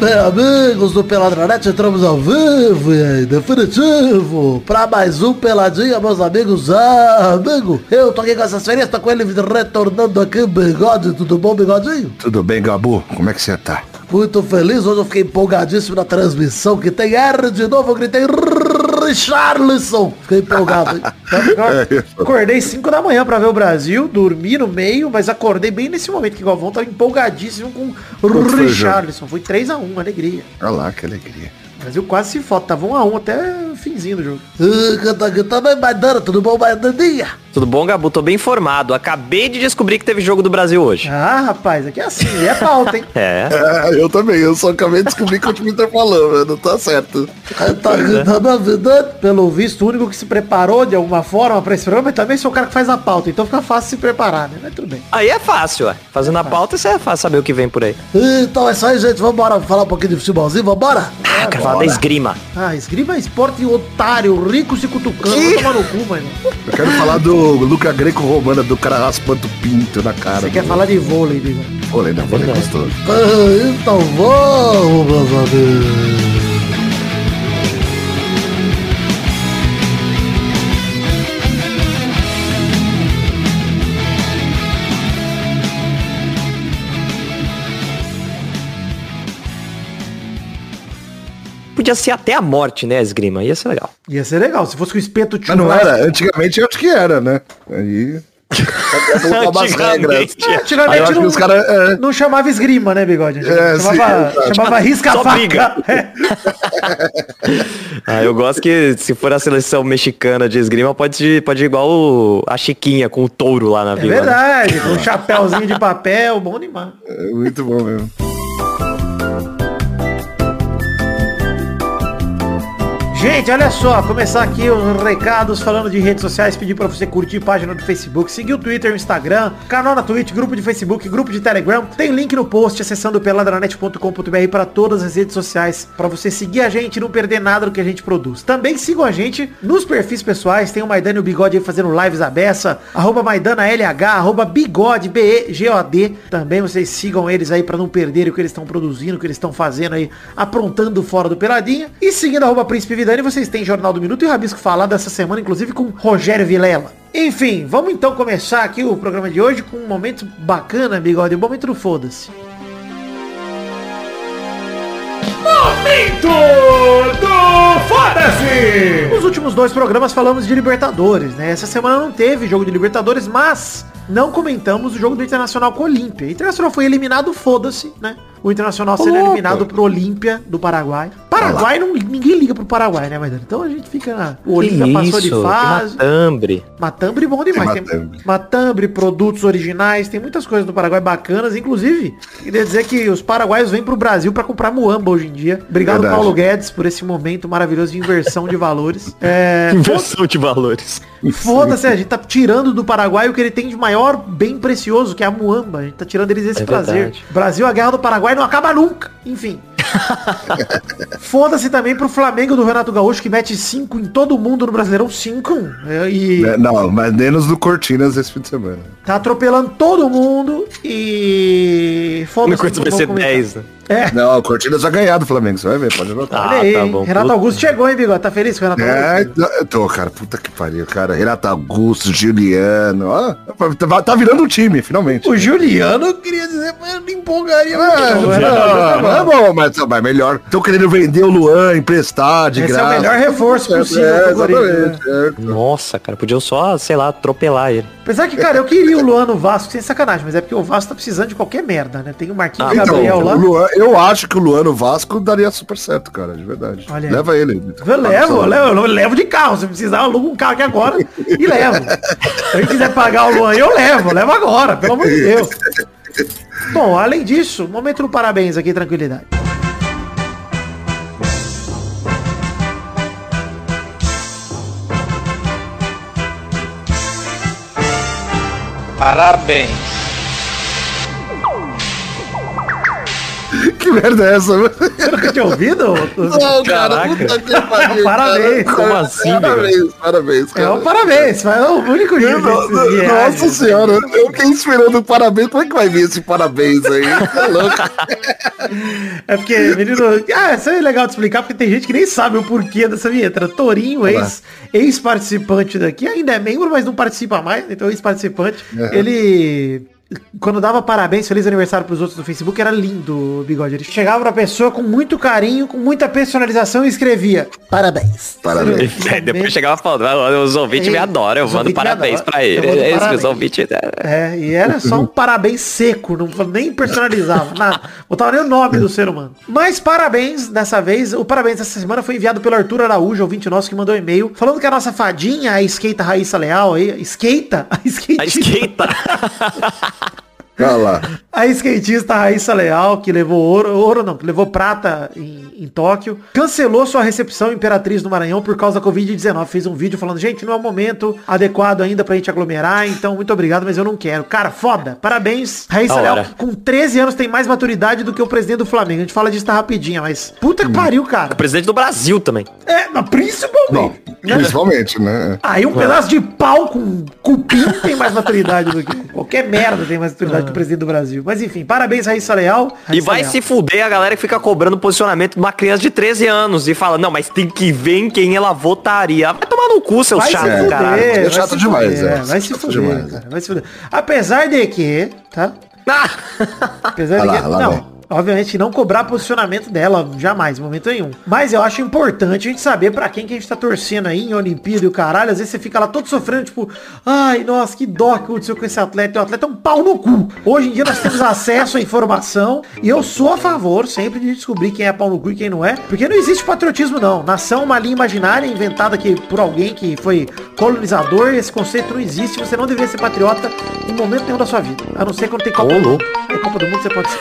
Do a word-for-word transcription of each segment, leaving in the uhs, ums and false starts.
Bem, amigos do Peladranete, entramos ao vivo e em definitivo pra mais um Peladinha, meus amigos. Ah, amigo, eu tô aqui com essas férias, tô com ele retornando aqui, Bigode. Tudo bom, Bigodinho? Tudo bem, Gabu? Como é que você tá? Muito feliz, hoje eu fiquei empolgadíssimo na transmissão, que tem R de novo, eu gritei Richarlison. Fiquei empolgado, hein? Acordei cinco da manhã pra ver o Brasil, dormi no meio, mas acordei bem nesse momento que o Galvão tava empolgadíssimo com o Richarlison. Foi três a um, alegria. Olha lá, que alegria. O Brasil quase se foda, tava um a um até o finzinho do jogo. Uh, também, Maidana, tudo bom, Maidaninha? Tudo bom, Gabu? Tô bem informado. Acabei de descobrir que teve jogo do Brasil hoje. Ah, rapaz, aqui é assim, é pauta, hein? É. é. Eu também, eu só acabei de descobrir que o time tá falando, não tá certo. Tá gritando, pelo visto, o único que se preparou de alguma forma pra esse programa, mas também sou o cara que faz a pauta, então fica fácil se preparar, né? Mas tudo bem. Aí é fácil, ué. Fazendo é a pauta, isso é fácil saber o que vem por aí. Então é isso aí, gente. Vambora falar um pouquinho de futebolzinho, vambora? Ah, quero falar da esgrima. Ah, esgrima é esporte otário, rico se cutucando, vai tomar no cu, mano. Eu quero falar do Luca Greco-Romana, do cara raspando pinto na cara. Você do... quer falar de vôlei, Bigo? Vôlei, não, vôlei é gostoso. Ah, então vamos, meus amigos. Podia ser até a morte, né, a esgrima? Ia ser legal. Ia ser legal, se fosse com o espeto Mas não era, antigamente eu acho que era, né? Aí... Antigamente, é, antigamente não, os cara, é... não chamava esgrima, né, Bigode? É, chamava, sim, chamava risca-faca. É. Ah, eu gosto que se for a seleção mexicana de esgrima, pode, pode ir igual o, a Chiquinha com o touro lá na é vila. É verdade, com um chapéuzinho de papel, bom demais. É muito bom mesmo. Gente, olha só, começar aqui os recados falando de redes sociais, pedir pra você curtir a página do Facebook, seguir o Twitter, o Instagram, canal na Twitch, grupo de Facebook, grupo de Telegram, tem link no post acessando peladranet ponto com ponto br para todas as redes sociais, pra você seguir a gente e não perder nada do que a gente produz. Também sigam a gente nos perfis pessoais, tem o Maidana e o Bigode aí fazendo lives à beça, arroba Maidana L H, arroba Bigode, B E G O D, também vocês sigam eles aí pra não perderem o que eles estão produzindo, o que eles estão fazendo aí, aprontando fora do Peladinha, e seguindo arroba Príncipe Vidani, vocês têm Jornal do Minuto e Rabisco falado essa semana, inclusive com Rogério Vilela. Enfim, vamos então começar aqui o programa de hoje com um momento bacana, Bigode, um momento do foda-se. Momento do foda-se! Nos últimos dois programas falamos de Libertadores, né? Essa semana não teve jogo de Libertadores, mas não comentamos o jogo do Internacional com o Olímpia. O Internacional foi eliminado, foda-se, né? O Internacional sendo Opa. eliminado pro Olímpia do Paraguai. Paraguai, não, ninguém liga pro Paraguai, né, Maidana? Então a gente fica na... O Olímpia passou de fase. Matambre. Matambre bom demais. Tem Matambre. tem Matambre, produtos originais, tem muitas coisas do Paraguai bacanas. Inclusive, queria dizer que os paraguaios vêm pro Brasil pra comprar muamba hoje em dia. Obrigado, Verdade. Paulo Guedes, por esse momento maravilhoso de inversão de valores. É... Inversão de valores. Foda-se, a gente tá tirando do Paraguai o que ele tem de maior bem precioso, que é a muamba. A gente tá tirando eles esse é prazer. Verdade. Brasil, a guerra do Paraguai não acaba nunca. Enfim. Foda-se também pro Flamengo do Renato Gaúcho, que mete cinco em todo mundo no Brasileirão. cinco e... Não, mas menos do Cortinas esse fim de semana. Tá atropelando todo mundo e... Foda-se. Vai ser dez, né? É. Não, o Cortinas vai ganhar do Flamengo, você vai ver, pode anotar. Olha aí, ah, tá bom. Renato Puta. Augusto chegou, hein, Bigode? Tá feliz com o Renato é, Augusto? É, tô, cara, puta que pariu, cara. Renato Augusto, Juliano, ó, tá, tá virando um time, finalmente. O Juliano, eu queria dizer, mas eu não empolgaria. É, não, não, não é bom, mas, mas melhor. Estão querendo vender o Luan, emprestar, de Esse graça. Esse é o melhor reforço possível. É, exatamente. É. Nossa, cara, podiam só, sei lá, atropelar ele. Apesar que, cara, eu queria o Luan no Vasco, sem sacanagem, mas é porque o Vasco tá precisando de qualquer merda, né? Tem o Marquinhos ah, Gabriel então, lá. O Luan, eu acho que o Luan no Vasco daria super certo, cara, de verdade. Olha Leva aí. ele. Eu levo, eu levo, eu levo de carro. Se precisar, eu alugo um carro aqui agora e levo. Se ele quiser pagar o Luan, eu levo, eu levo agora, pelo amor de Deus. Bom, além disso, momento do parabéns aqui, tranquilidade. Parabéns. Que merda é essa? Você nunca tinha ouvido? Não, cara, puta que pariu. Parabéns. Cara. Como assim, Parabéns, velho? parabéns, cara. É um parabéns, mas é o único jeito Não, que se reage. Nossa senhora, eu fiquei esperando o parabéns. Como é que vai vir esse parabéns aí? Tá louco. É porque, menino... Ah, isso é legal de explicar, porque tem gente que nem sabe o porquê dessa vinheta. Torinho, ex, ex-participante daqui, ainda é membro, mas não participa mais, então ex-participante. Uhum. Ele... Quando dava parabéns, feliz aniversário pros outros no Facebook, era lindo o Bigode. Ele chegava pra pessoa com muito carinho, com muita personalização e escrevia parabéns. Parabéns. É, depois chegava falando, os ouvintes me adoram, eu mando parabéns pra ele. É isso que os ouvintes... É, e era só um parabéns seco, não nem personalizava, nada. Botava nem o nome do ser humano. Mas parabéns dessa vez, o parabéns dessa semana foi enviado pelo Arthur Araújo, ouvinte nosso, que mandou um e-mail, falando que a nossa fadinha, a Esqueita Raíssa Leal aí, Esqueita? A Esqueita. A Esqueita. Olha lá. A skatista Raíssa Leal, que levou ouro, ouro não, que levou prata em, em Tóquio, cancelou sua recepção Imperatriz no Maranhão por causa da covid dezenove. Fez um vídeo falando, gente, não é o momento adequado ainda pra gente aglomerar, então muito obrigado, mas eu não quero. Cara, foda. Parabéns. Raíssa Leal, com treze anos, tem mais maturidade do que o presidente do Flamengo. A gente fala disso tá rapidinho, mas puta que hum. pariu, cara. O presidente do Brasil também. É, mas principalmente. Não, né? Principalmente, né? Aí um é. pedaço de pau com cupim tem mais maturidade do que... Qualquer merda tem mais maturidade que o presidente do Brasil. Mas enfim, parabéns, Raíssa Leal. Raíssa e vai Leal. se fuder a galera que fica cobrando posicionamento de uma criança de treze anos e fala, não, mas tem que ver em quem ela votaria. Vai tomar no cu, seu chato, fuder, caralho. É chato demais, fuder, é. Vai se fuder, demais, cara. Vai se fuder. Apesar de que, tá? Ah! Apesar de lá, que, lá não. vem. Obviamente não cobrar posicionamento dela, jamais, momento nenhum. Mas eu acho importante a gente saber pra quem que a gente tá torcendo aí em Olimpíada e o caralho. Às vezes você fica lá todo sofrendo, tipo, ai, nossa, que dó que aconteceu com esse atleta. E o atleta é um pau no cu. Hoje em dia nós temos acesso à informação e eu sou a favor sempre de descobrir quem é pau no cu e quem não é. Porque não existe patriotismo, não. Nação é uma linha imaginária inventada aqui por alguém que foi colonizador. Esse conceito não existe. Você não deveria ser patriota em momento nenhum da sua vida. A não ser quando tem Copa do Mundo. É Copa do Mundo, você pode ser.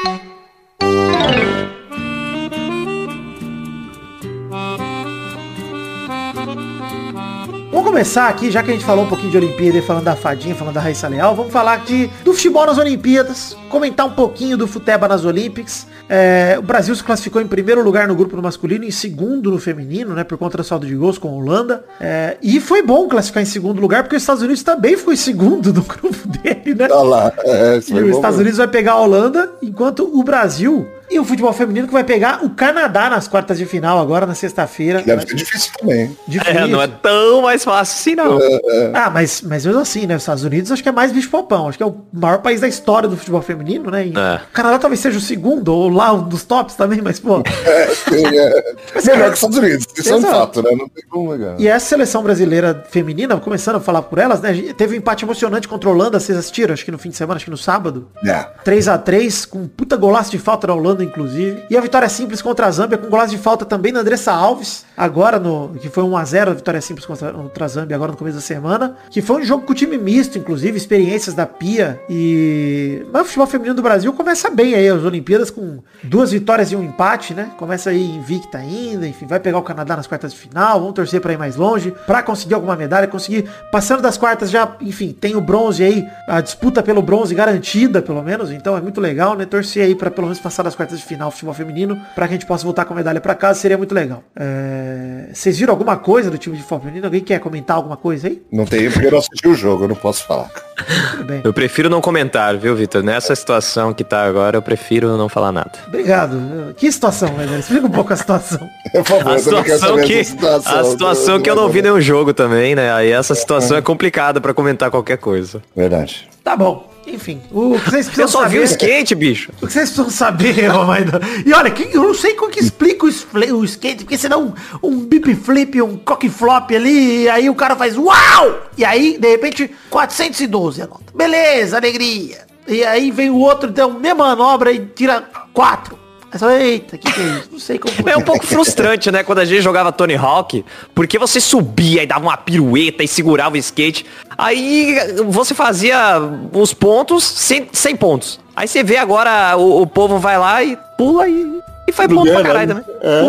Vamos começar aqui, já que a gente falou um pouquinho de Olimpíada, falando da fadinha, falando da Raíssa Leal, vamos falar de, do futebol nas Olimpíadas, comentar um pouquinho do futebol nas Olympics. É, o Brasil se classificou em primeiro lugar no grupo no masculino e em segundo no feminino, né, por conta do saldo de gols com a Holanda. É, e foi bom classificar em segundo lugar, porque os Estados Unidos também ficou em segundo no grupo dele, né? Olha lá. É, e os Estados mesmo. Unidos vai pegar a Holanda, enquanto o Brasil... E o futebol feminino que vai pegar o Canadá nas quartas de final agora, na sexta-feira. Deve ser difícil também. Difícil. É, não é tão mais fácil assim, não. É, é. Ah, mas, mas mesmo assim, né? Os Estados Unidos acho que é mais bicho-papão. Acho que é o maior país da história do futebol feminino, né? E é. O Canadá talvez seja o segundo, ou lá um dos tops também, mas, pô... É, sim, é. Mas, melhor que os Estados Unidos. Isso é um fato, né? Não tem como negar. E essa seleção brasileira feminina, começando a falar por elas, né? Teve um empate emocionante contra a Holanda, vocês assistiram? Acho que no fim de semana, acho que no sábado. É. três a três, com um puta golaço de falta da Holanda, inclusive. E a vitória simples contra a Zâmbia, com golaço de falta também da Andressa Alves, agora no, que foi um a zero a vitória simples contra, contra a Zâmbia, agora no começo da semana, que foi um jogo com time misto, inclusive, experiências da Pia, e... Mas o futebol feminino do Brasil começa bem aí, as Olimpíadas, com duas vitórias e um empate, né? Começa aí invicta ainda, enfim, vai pegar o Canadá nas quartas de final, vamos torcer pra ir mais longe, pra conseguir alguma medalha, conseguir, passando das quartas já, enfim, tem o bronze aí, a disputa pelo bronze garantida, pelo menos, então é muito legal, né? Torcer aí pra pelo menos passar das quartas de final, futebol feminino, pra que a gente possa voltar com a medalha pra casa, seria muito legal. É... Vocês viram alguma coisa do time de futebol feminino? Alguém quer comentar alguma coisa aí? Não tem, porque eu não assisti o jogo, eu não posso falar. Tudo bem. Eu prefiro não comentar, viu, Vitor? Nessa situação que tá agora, eu prefiro não falar nada. Obrigado. Que situação, velho? Explica um pouco a situação. Por favor, a situação que, situação, a situação que eu não vi nenhum jogo também, né? Aí essa situação é, é complicada pra comentar qualquer coisa. Verdade. Tá bom. Enfim, o que vocês precisam eu só saber... vi o skate, bicho. O que vocês precisam saber, Romaidan... E olha, eu não sei como que explica o, o skate, porque senão um, um bip flip, um cock flop ali, e aí o cara faz uau! E aí, de repente, quatrocentos e doze a nota. Beleza, alegria. E aí vem o outro, então, mesma manobra e tira quatro. É só, eita, que que é isso? Não sei como... É um pouco frustrante, né? Quando a gente jogava Tony Hawk, porque você subia e dava uma pirueta e segurava o skate. Aí você fazia os pontos sem, sem pontos. Aí você vê agora o, o povo vai lá e pula e, e faz ponto pra caralho também. É. Pula.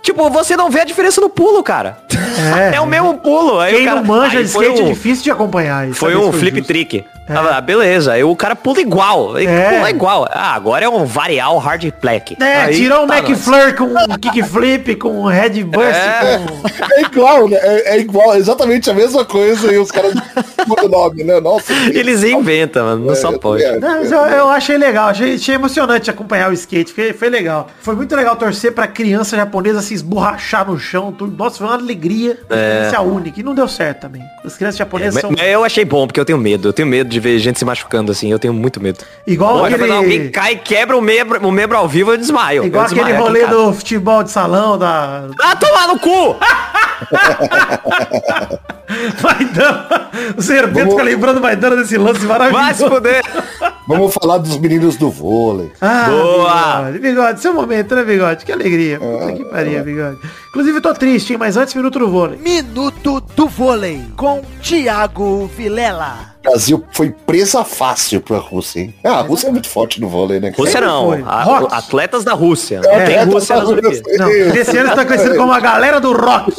Tipo, você não vê a diferença no pulo, cara. É, é o mesmo pulo. Aí Quem o cara, não manja de skate um, é difícil de acompanhar. Isso foi um flip justo. trick. É. Ah, beleza. Aí o cara pula igual. Ele é. pula igual. Ah, agora é um varial hard plaque. É, aí, tirou tá, o McFlurry com um kickflip, com um headbust. É. Com... é igual, né? É, é igual, exatamente a mesma coisa e os caras mudam o nome, né? Nossa. Eles inventam, mano. Não é, só pode. É, não, eu, eu achei legal. Achei, achei emocionante acompanhar o skate. Foi, foi legal. Foi muito legal torcer pra criança japonesa se esborrachar no chão. Tudo. Nossa, foi uma alegria. É. Essa única. E não deu certo também. As crianças japonesas é, são... Mas eu achei bom, porque eu tenho medo. Eu tenho medo de ver gente se machucando assim. Eu tenho muito medo. Igual Pô, aquele... alguém cai, quebra o membro, o membro ao vivo, eu desmaio. Igual eu aquele desmaio rolê do futebol de salão, da... Ah, tomar no cu! Maidana. O Zerbeto Vamos... fica lembrando Maidana desse lance maravilhoso. Vai se poder. Vamos falar dos meninos do vôlei. Ah, boa! Bigode, bigode, seu momento, né, Bigode? Que alegria. Puta ah, que pariu, ah. Bigode. Inclusive, eu tô triste, hein? Mas antes, Minuto do Vôlei. Minuto do Vôlei, com Thiago Vilela. O Brasil foi presa fácil pra Rússia, hein? Ah, a Rússia é muito forte no vôlei, né? Rússia não, a, atletas da Rússia. É, não tem é, Rússia nas Olimpíadas. Não, esse ano está crescendo como a galera do rock.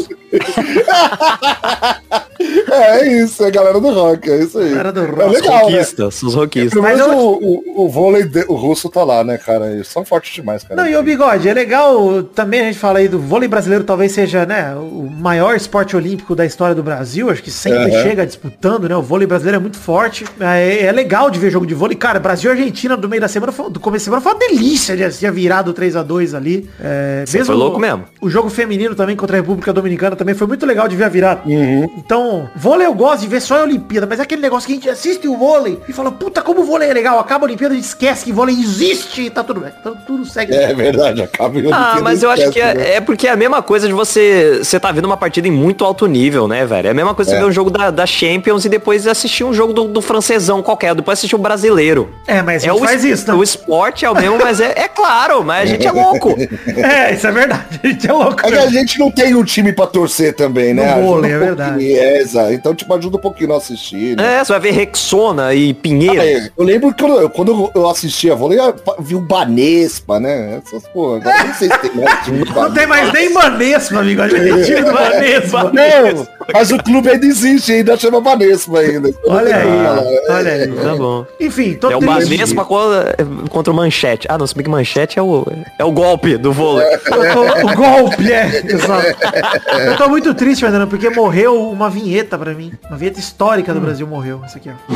É, é isso, é a galera do rock, é isso aí. Galera do rock. É legal, os rockistas, né? os rockistas. Mas eu... o, o, o vôlei, de, o russo tá lá, né, cara? Eles são fortes demais, cara. Não, e o Bigode, é legal, também a gente fala aí do vôlei brasileiro, talvez seja, né, o maior esporte olímpico da história do Brasil, acho que sempre uhum. chega disputando, né? O vôlei brasileiro é muito forte. É, é legal de ver jogo de vôlei. Cara, Brasil e Argentina do meio da semana, do começo da semana, foi uma delícia de assistir a virada três a dois ali. É, mesmo foi louco mesmo. O jogo feminino também contra a República Dominicana também foi muito legal de ver a virada. Uhum. Então, vôlei eu gosto de ver só a Olimpíada, mas é aquele negócio que a gente assiste o vôlei e fala, puta, como o vôlei é legal. Acaba a Olimpíada e esquece que vôlei existe e tá tudo bem. Então tudo segue. É verdade, acaba a Olimpíada. Ah, mas eu esquece, acho que é, né? é porque é a mesma coisa de você você tá vendo uma partida em muito alto nível, né, velho? É a mesma coisa é. você ver um jogo da, da Champions e depois assistir um jogo do, do francesão qualquer, depois assistir um brasileiro. É, mas a gente é o, faz isso, né? O esporte é o mesmo, mas é, é claro, mas a gente é louco. É, isso é verdade, a gente é louco. É que a gente não tem um time pra torcer também, né? No vôlei, um é verdade. É, exato. Então, tipo, ajuda um pouquinho a assistir, né? É, você vai ver Rexona e Pinheiro. Ah, é. Eu lembro que eu, quando eu assistia vôlei, eu vi o Banespa, né? Essas porra, agora não sei se tem mais time Não tem mais nem Banespa, amigo. A gente tem time do Banespa. Não, mas o clube ainda existe, ainda chama Banespa ainda. Olha aí, ah, olha aí. Tá bom. Enfim, tô É triste. o Banespa contra, contra o Manchete. Ah, não, se bem que Manchete é o, é o golpe do vôlei. O, o golpe, é. Exato. Eu tô muito triste, Fernando, porque morreu uma vinheta pra mim. Uma vinheta histórica do hum. Brasil morreu. Essa aqui, ó.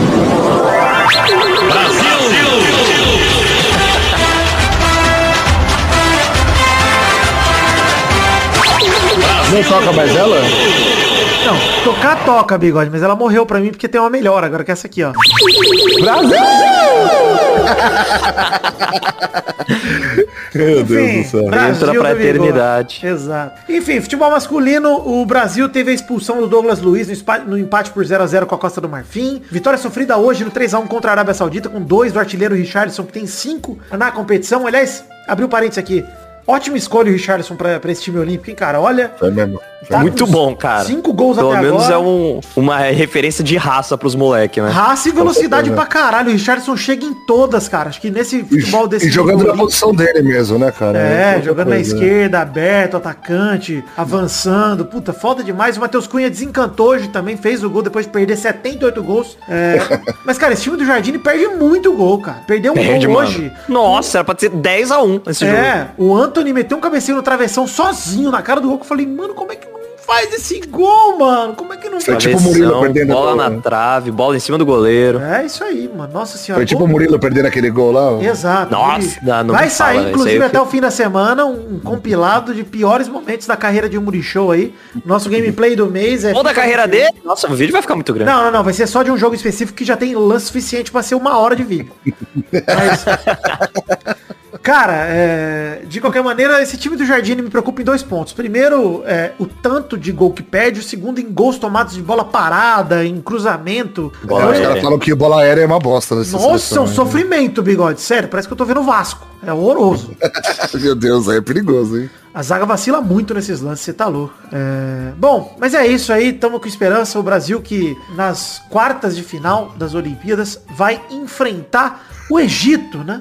Brasil! Não toca mais ela? Não, tocar toca, Bigode, mas ela morreu pra mim porque tem uma melhor agora, que é essa aqui, ó. Brasil! Meu Enfim, Deus do céu. Brasil Entra pra eternidade. Exato. Enfim, futebol masculino, o Brasil teve a expulsão do Douglas Luiz no empate por zero a zero com a Costa do Marfim. Vitória sofrida hoje no três a um contra a Arábia Saudita, com dois do artilheiro Richarlison, que tem cinco na competição. Aliás, abriu parênteses aqui. Ótima escolha o Richarlison pra, pra esse time olímpico, hein, cara? Olha... Foi mesmo. Tá muito bom, cara. Cinco gols Pelo até menos agora. é um, uma referência de raça pros moleques, né? Raça e velocidade pra caralho. O Richarlison chega em todas, cara. Acho que nesse futebol desse... E jogando na posição dele mesmo, né, cara? É, é jogando coisa, na esquerda, aberto, atacante, avançando. Puta, foda demais. O Matheus Cunha desencantou hoje também, fez o gol depois de perder setenta e oito gols. É... Mas, cara, esse time do Jardine perde muito gol, cara. Perdeu um Perde, gol mano. hoje. Nossa, era pra ser dez a um esse é, jogo. É, o Antony meteu um cabecinho no travessão sozinho na cara do gol, que eu falei, mano, como é que não faz esse gol, mano? Como é que não Foi faz? tipo o Murilo perdendo bola gol, na né? trave, bola em cima do goleiro. É isso aí, mano. Nossa senhora. Foi tipo o Murilo perdendo aquele gol lá. Exato. Nossa, não, não vai sair, fala, inclusive, até eu... o fim da semana, um compilado de piores momentos da carreira de um Murichou aí. Nosso gameplay do mês é... Toda a carreira dele? Nossa, o vídeo vai ficar muito grande. Não, não, não. Vai ser só de um jogo específico que já tem lance suficiente pra ser uma hora de vídeo. Mas... Cara, é... de qualquer maneira, esse time do Jardine me preocupa em dois pontos. Primeiro, é, o tanto de gol que perde. O segundo, em gols tomados de bola parada, em cruzamento. Bola Os caras falam que bola aérea é uma bosta. Nossa, seleção, é um sofrimento, Bigode. Sério, parece que eu tô vendo o Vasco. É horroroso. Meu Deus, aí é perigoso, hein? A zaga vacila muito nesses lances, você tá louco. É... Bom, mas é isso aí, tamo com esperança. O Brasil que nas quartas de final das Olimpíadas vai enfrentar o Egito, né?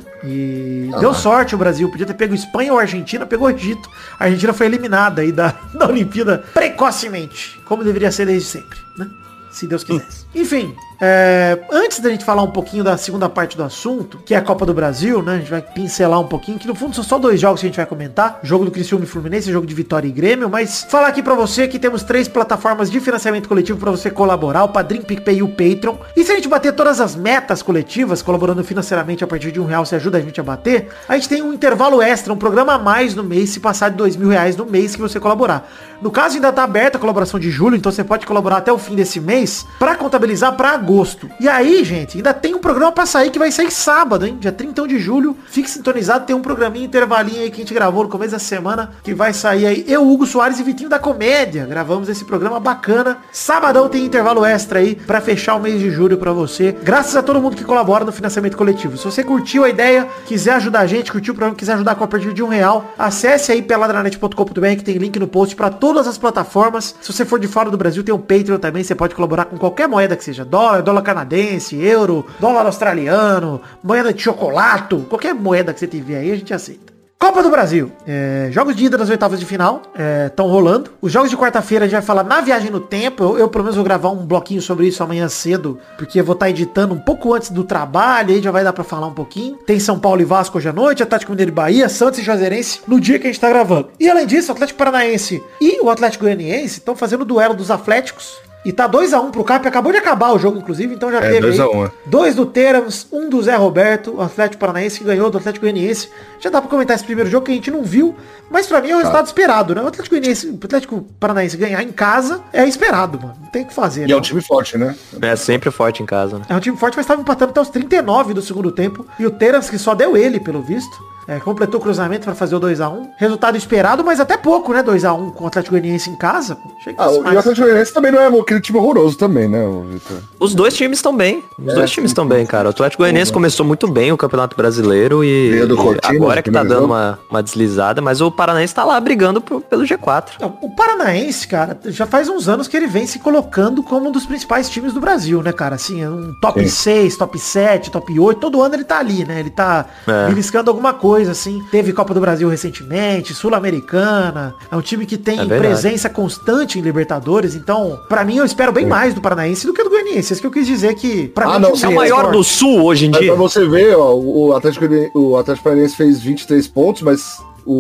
E ah, deu sorte o Brasil. Podia ter pego Espanha ou Argentina, pegou o Egito. A Argentina foi eliminada aí da, da Olimpíada precocemente, como deveria ser desde sempre, né? Se Deus quisesse. Enfim, é, antes da gente falar um pouquinho da segunda parte do assunto, que é a Copa do Brasil, né? A gente vai pincelar um pouquinho, que no fundo são só dois jogos que a gente vai comentar. Jogo do Criciúma e Fluminense, jogo de Vitória e Grêmio. Mas falar aqui pra você que temos três plataformas de financiamento coletivo pra você colaborar. O Padrim, PicPay e o Patreon. E se a gente bater todas as metas coletivas, colaborando financeiramente a partir de um real, você ajuda a gente a bater. A gente tem um intervalo extra, um programa a mais no mês, se passar de dois mil reais no mês que você colaborar. No caso, ainda tá aberta a colaboração de julho, então você pode colaborar até o fim desse mês pra contabilizar pra agosto. E aí, gente, ainda tem um programa pra sair que vai sair sábado, hein? Dia trinta e um de julho. Fique sintonizado, tem um programinha, intervalinho aí que a gente gravou no começo da semana, que vai sair aí. Eu, Hugo Soares e Vitinho da Comédia. Gravamos esse programa bacana. Sabadão tem intervalo extra aí pra fechar o mês de julho pra você. Graças a todo mundo que colabora no financiamento coletivo. Se você curtiu a ideia, quiser ajudar a gente, curtiu o programa, quiser ajudar com a partir de um real, acesse aí peladranet ponto com ponto br que tem link no post pra todas as plataformas. Se você for de fora do Brasil, tem o Patreon também. Você pode colaborar com qualquer moeda que seja. Dólar, dólar canadense, euro, dólar australiano, moeda de chocolate, qualquer moeda que você tiver aí, a gente aceita. Copa do Brasil. É, jogos de ida das oitavas de final estão é, rolando. Os jogos de quarta-feira a gente vai falar na viagem no tempo. Eu, eu pelo menos vou gravar um bloquinho sobre isso amanhã cedo, porque eu vou estar editando um pouco antes do trabalho, aí já vai dar pra falar um pouquinho. Tem São Paulo e Vasco hoje à noite, Atlético Mineiro e Bahia, Santos e Juazeirense no dia que a gente tá gravando. E além disso, o Atlético Paranaense e o Atlético Goianiense estão fazendo o duelo dos Atléticos. E tá dois a um pro Cap, acabou de acabar o jogo, inclusive, então já é, teve dois a um, é. dois do Terams, um do Zé Roberto, o Atlético Paranaense que ganhou do Atlético Goianiense. Já dá pra comentar esse primeiro jogo que a gente não viu, mas pra mim é o resultado esperado, né? O Atlético Goianiense, o Atlético Paranaense ganhar em casa é esperado, mano. Não tem o que fazer, E né? é um time forte, né? É sempre forte em casa, né? É um time forte, mas tava empatando até os trinta e nove do segundo tempo. E o Terams, que só deu ele, pelo visto, É, completou o cruzamento pra fazer o dois a um. Resultado esperado, mas até pouco, né? dois a um com o Atlético Goianiense em casa. Achei que Ah, fosse o, mais. e o Atlético Goianiense também não é aquele time horroroso também, né, Vitor? Os dois times estão bem. Os É, dois sim, times estão sim, bem, sim. cara. O Atlético Goianiense começou muito bem o Campeonato Brasileiro e, Veio do e Cortinas, agora que tá primeiro dando jogo. uma, uma deslizada, mas o Paranaense tá lá brigando pro- pelo G quatro. Não, o Paranaense, cara, já faz uns anos que ele vem se colocando como um dos principais times do Brasil, né, cara? Assim, é um top Sim. seis, top sete, top oito, todo ano ele tá ali, né? Ele tá É. beliscando alguma coisa, assim. Teve Copa do Brasil recentemente, Sul-Americana. É um time que tem É verdade. presença constante em Libertadores, então, pra mim, eu espero bem mais do Paranaense do que do Goianiense. Isso que eu quis dizer que, pra Ah, mim, não, o time É o sim, mais maior forte. do Sul hoje em Mas dia. pra você ver, ó, o Atlético, Goianiense- o Atlético Paranaense fez vinte e três pontos, mas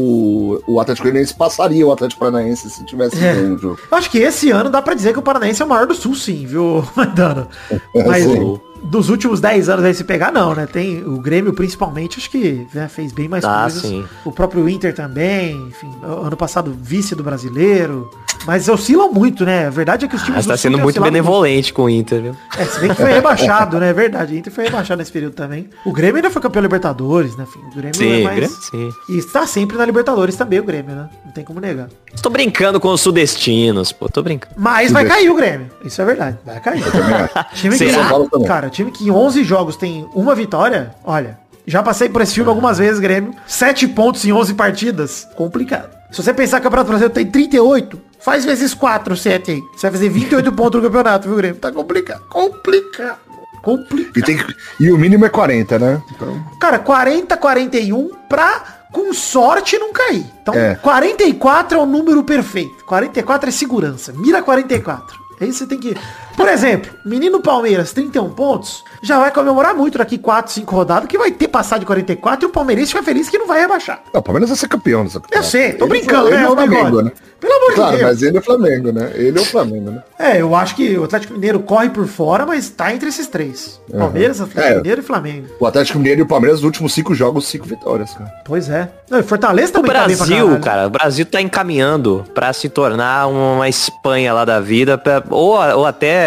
o, o Atlético Goianiense passaria o Atlético Paranaense se tivesse É. ganho o jogo. Eu acho que esse ano dá pra dizer que o Paranaense é o maior do Sul, sim, viu, Maidana? Mas Sim. dos últimos dez anos aí se pegar, não, né? Tem o Grêmio, principalmente, acho que né, fez bem mais Ah, coisas. sim. O próprio Inter também, enfim, ano passado vice do brasileiro. Mas oscilam muito, né? A verdade é que os times Mas do tá Sul sendo têm muito oscilado benevolente com o Inter, viu? É, se bem que foi rebaixado, né? É verdade. O Inter foi rebaixado nesse período também. O Grêmio ainda foi campeão Libertadores, né? Enfim, o Grêmio Sim, é mais... Grêmio, sim. E está sempre na Libertadores também, o Grêmio, né? Não tem como negar. Tô brincando com os sudestinos, pô. Tô brincando. Mas vai cair o Grêmio. Isso é verdade. Vai cair. time que, Será? cara, time que em onze jogos tem uma vitória, olha, já passei por esse filme algumas vezes, Grêmio. sete pontos em onze partidas. Complicado. Se você pensar que o Campeonato Brasileiro tem trinta e oito, faz vezes quatro, sete aí. Você vai fazer vinte e oito pontos no campeonato, viu, Grêmio? Tá complicado. Complicado. Complicado. E, tem que- e o mínimo é quarenta, né? Então, Cara, quarenta, quarenta e um pra, com sorte, não cair. Então, É. quarenta e quatro é o número perfeito. quarenta e quatro é segurança. Mira quarenta e quatro. Aí você tem que... Por exemplo, menino Palmeiras, trinta e um pontos, já vai comemorar muito daqui quatro, cinco rodadas, que vai ter passado de quarenta e quatro e o Palmeirense fica feliz que não vai rebaixar. não, o Palmeiras vai ser campeão nessa Eu sei, tô Ele brincando, ele né, é ô o Flamengo, Bigode? né? Pelo amor Claro, de Deus. mas ele é o Flamengo, né? Ele é o Flamengo, né? É, eu acho que o Atlético Mineiro corre por fora, mas tá entre esses três. Palmeiras, Atlético É. Mineiro e Flamengo. O Atlético Mineiro e o Palmeiras, nos últimos cinco jogos, cinco vitórias, cara. Pois é. Não, e Fortaleza O também tá bem pra Brasil, caralho. cara, o Brasil tá encaminhando pra se tornar uma Espanha lá da vida, pra- ou, ou até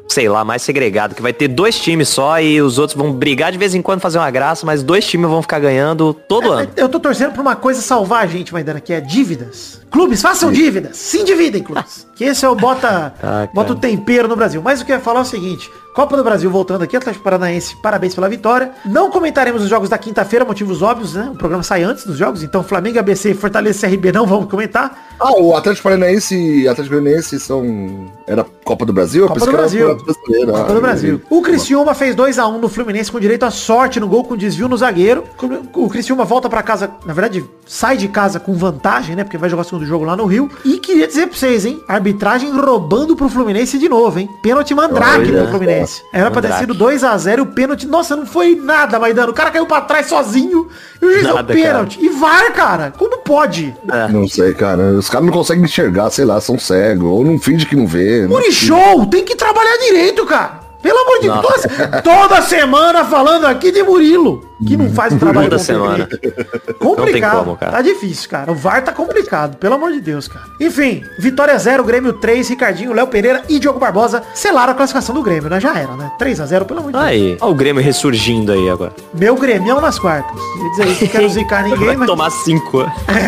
sei lá, mais segregado, que vai ter dois times só e os outros vão brigar de vez em quando, fazer uma graça, mas dois times vão ficar ganhando todo é, ano. Eu tô torcendo pra uma coisa salvar a gente, Maidana, que é dívidas. Clubes, façam dívidas. Se endividem, clubes. Que esse é o bota, Ah, bota o tempero no Brasil. Mas o que eu ia falar é o seguinte. Copa do Brasil voltando aqui, Atlético Paranaense, parabéns pela vitória. Não comentaremos os jogos da quinta-feira, motivos óbvios, né? O programa sai antes dos jogos, então Flamengo, A B C, Fortaleza e C R B não vamos comentar. Ah, o Atlético Paranaense e Atlético Paranaense são... Era Copa do Brasil? Copa do Brasil. Copa do Ah, Brasil. O Criciúma fez dois a um no Fluminense com direito à sorte no gol com desvio no zagueiro. O Criciúma volta pra casa, na verdade, sai de casa com vantagem, né? Porque vai jogar o segundo jogo lá no Rio. E queria dizer pra vocês, hein? Arbitragem roubando pro Fluminense de novo, hein? Pênalti mandrake Olha. pro Fluminense. Era pra ter Mandrake. sido dois a zero o pênalti. Nossa, não foi nada, Maidano. O cara caiu pra trás sozinho. E o juiz deu Nada, pênalti. E V A R, cara. Como pode? Não sei, cara. Os caras não conseguem enxergar, sei lá, são cegos. Ou não finge que não vê. Murichou, tem que trabalhar direito, cara. Pelo amor de Deus, toda, toda semana falando aqui de Murilo, que não faz o trabalho Toda bom semana. direito. Complicado, como, cara. tá difícil, cara. O V A R tá complicado, pelo amor de Deus, cara. Enfim, Vitória zero, Grêmio três, Ricardinho, Léo Pereira e Diogo Barbosa selaram a classificação do Grêmio, né? Já era, né? três a zero, pelo amor de Deus. Aí, olha o Grêmio ressurgindo aí agora. Meu Grêmio nas quartas. Quer dizer isso, não quero zicar ninguém, Vai mas... tomar cinco.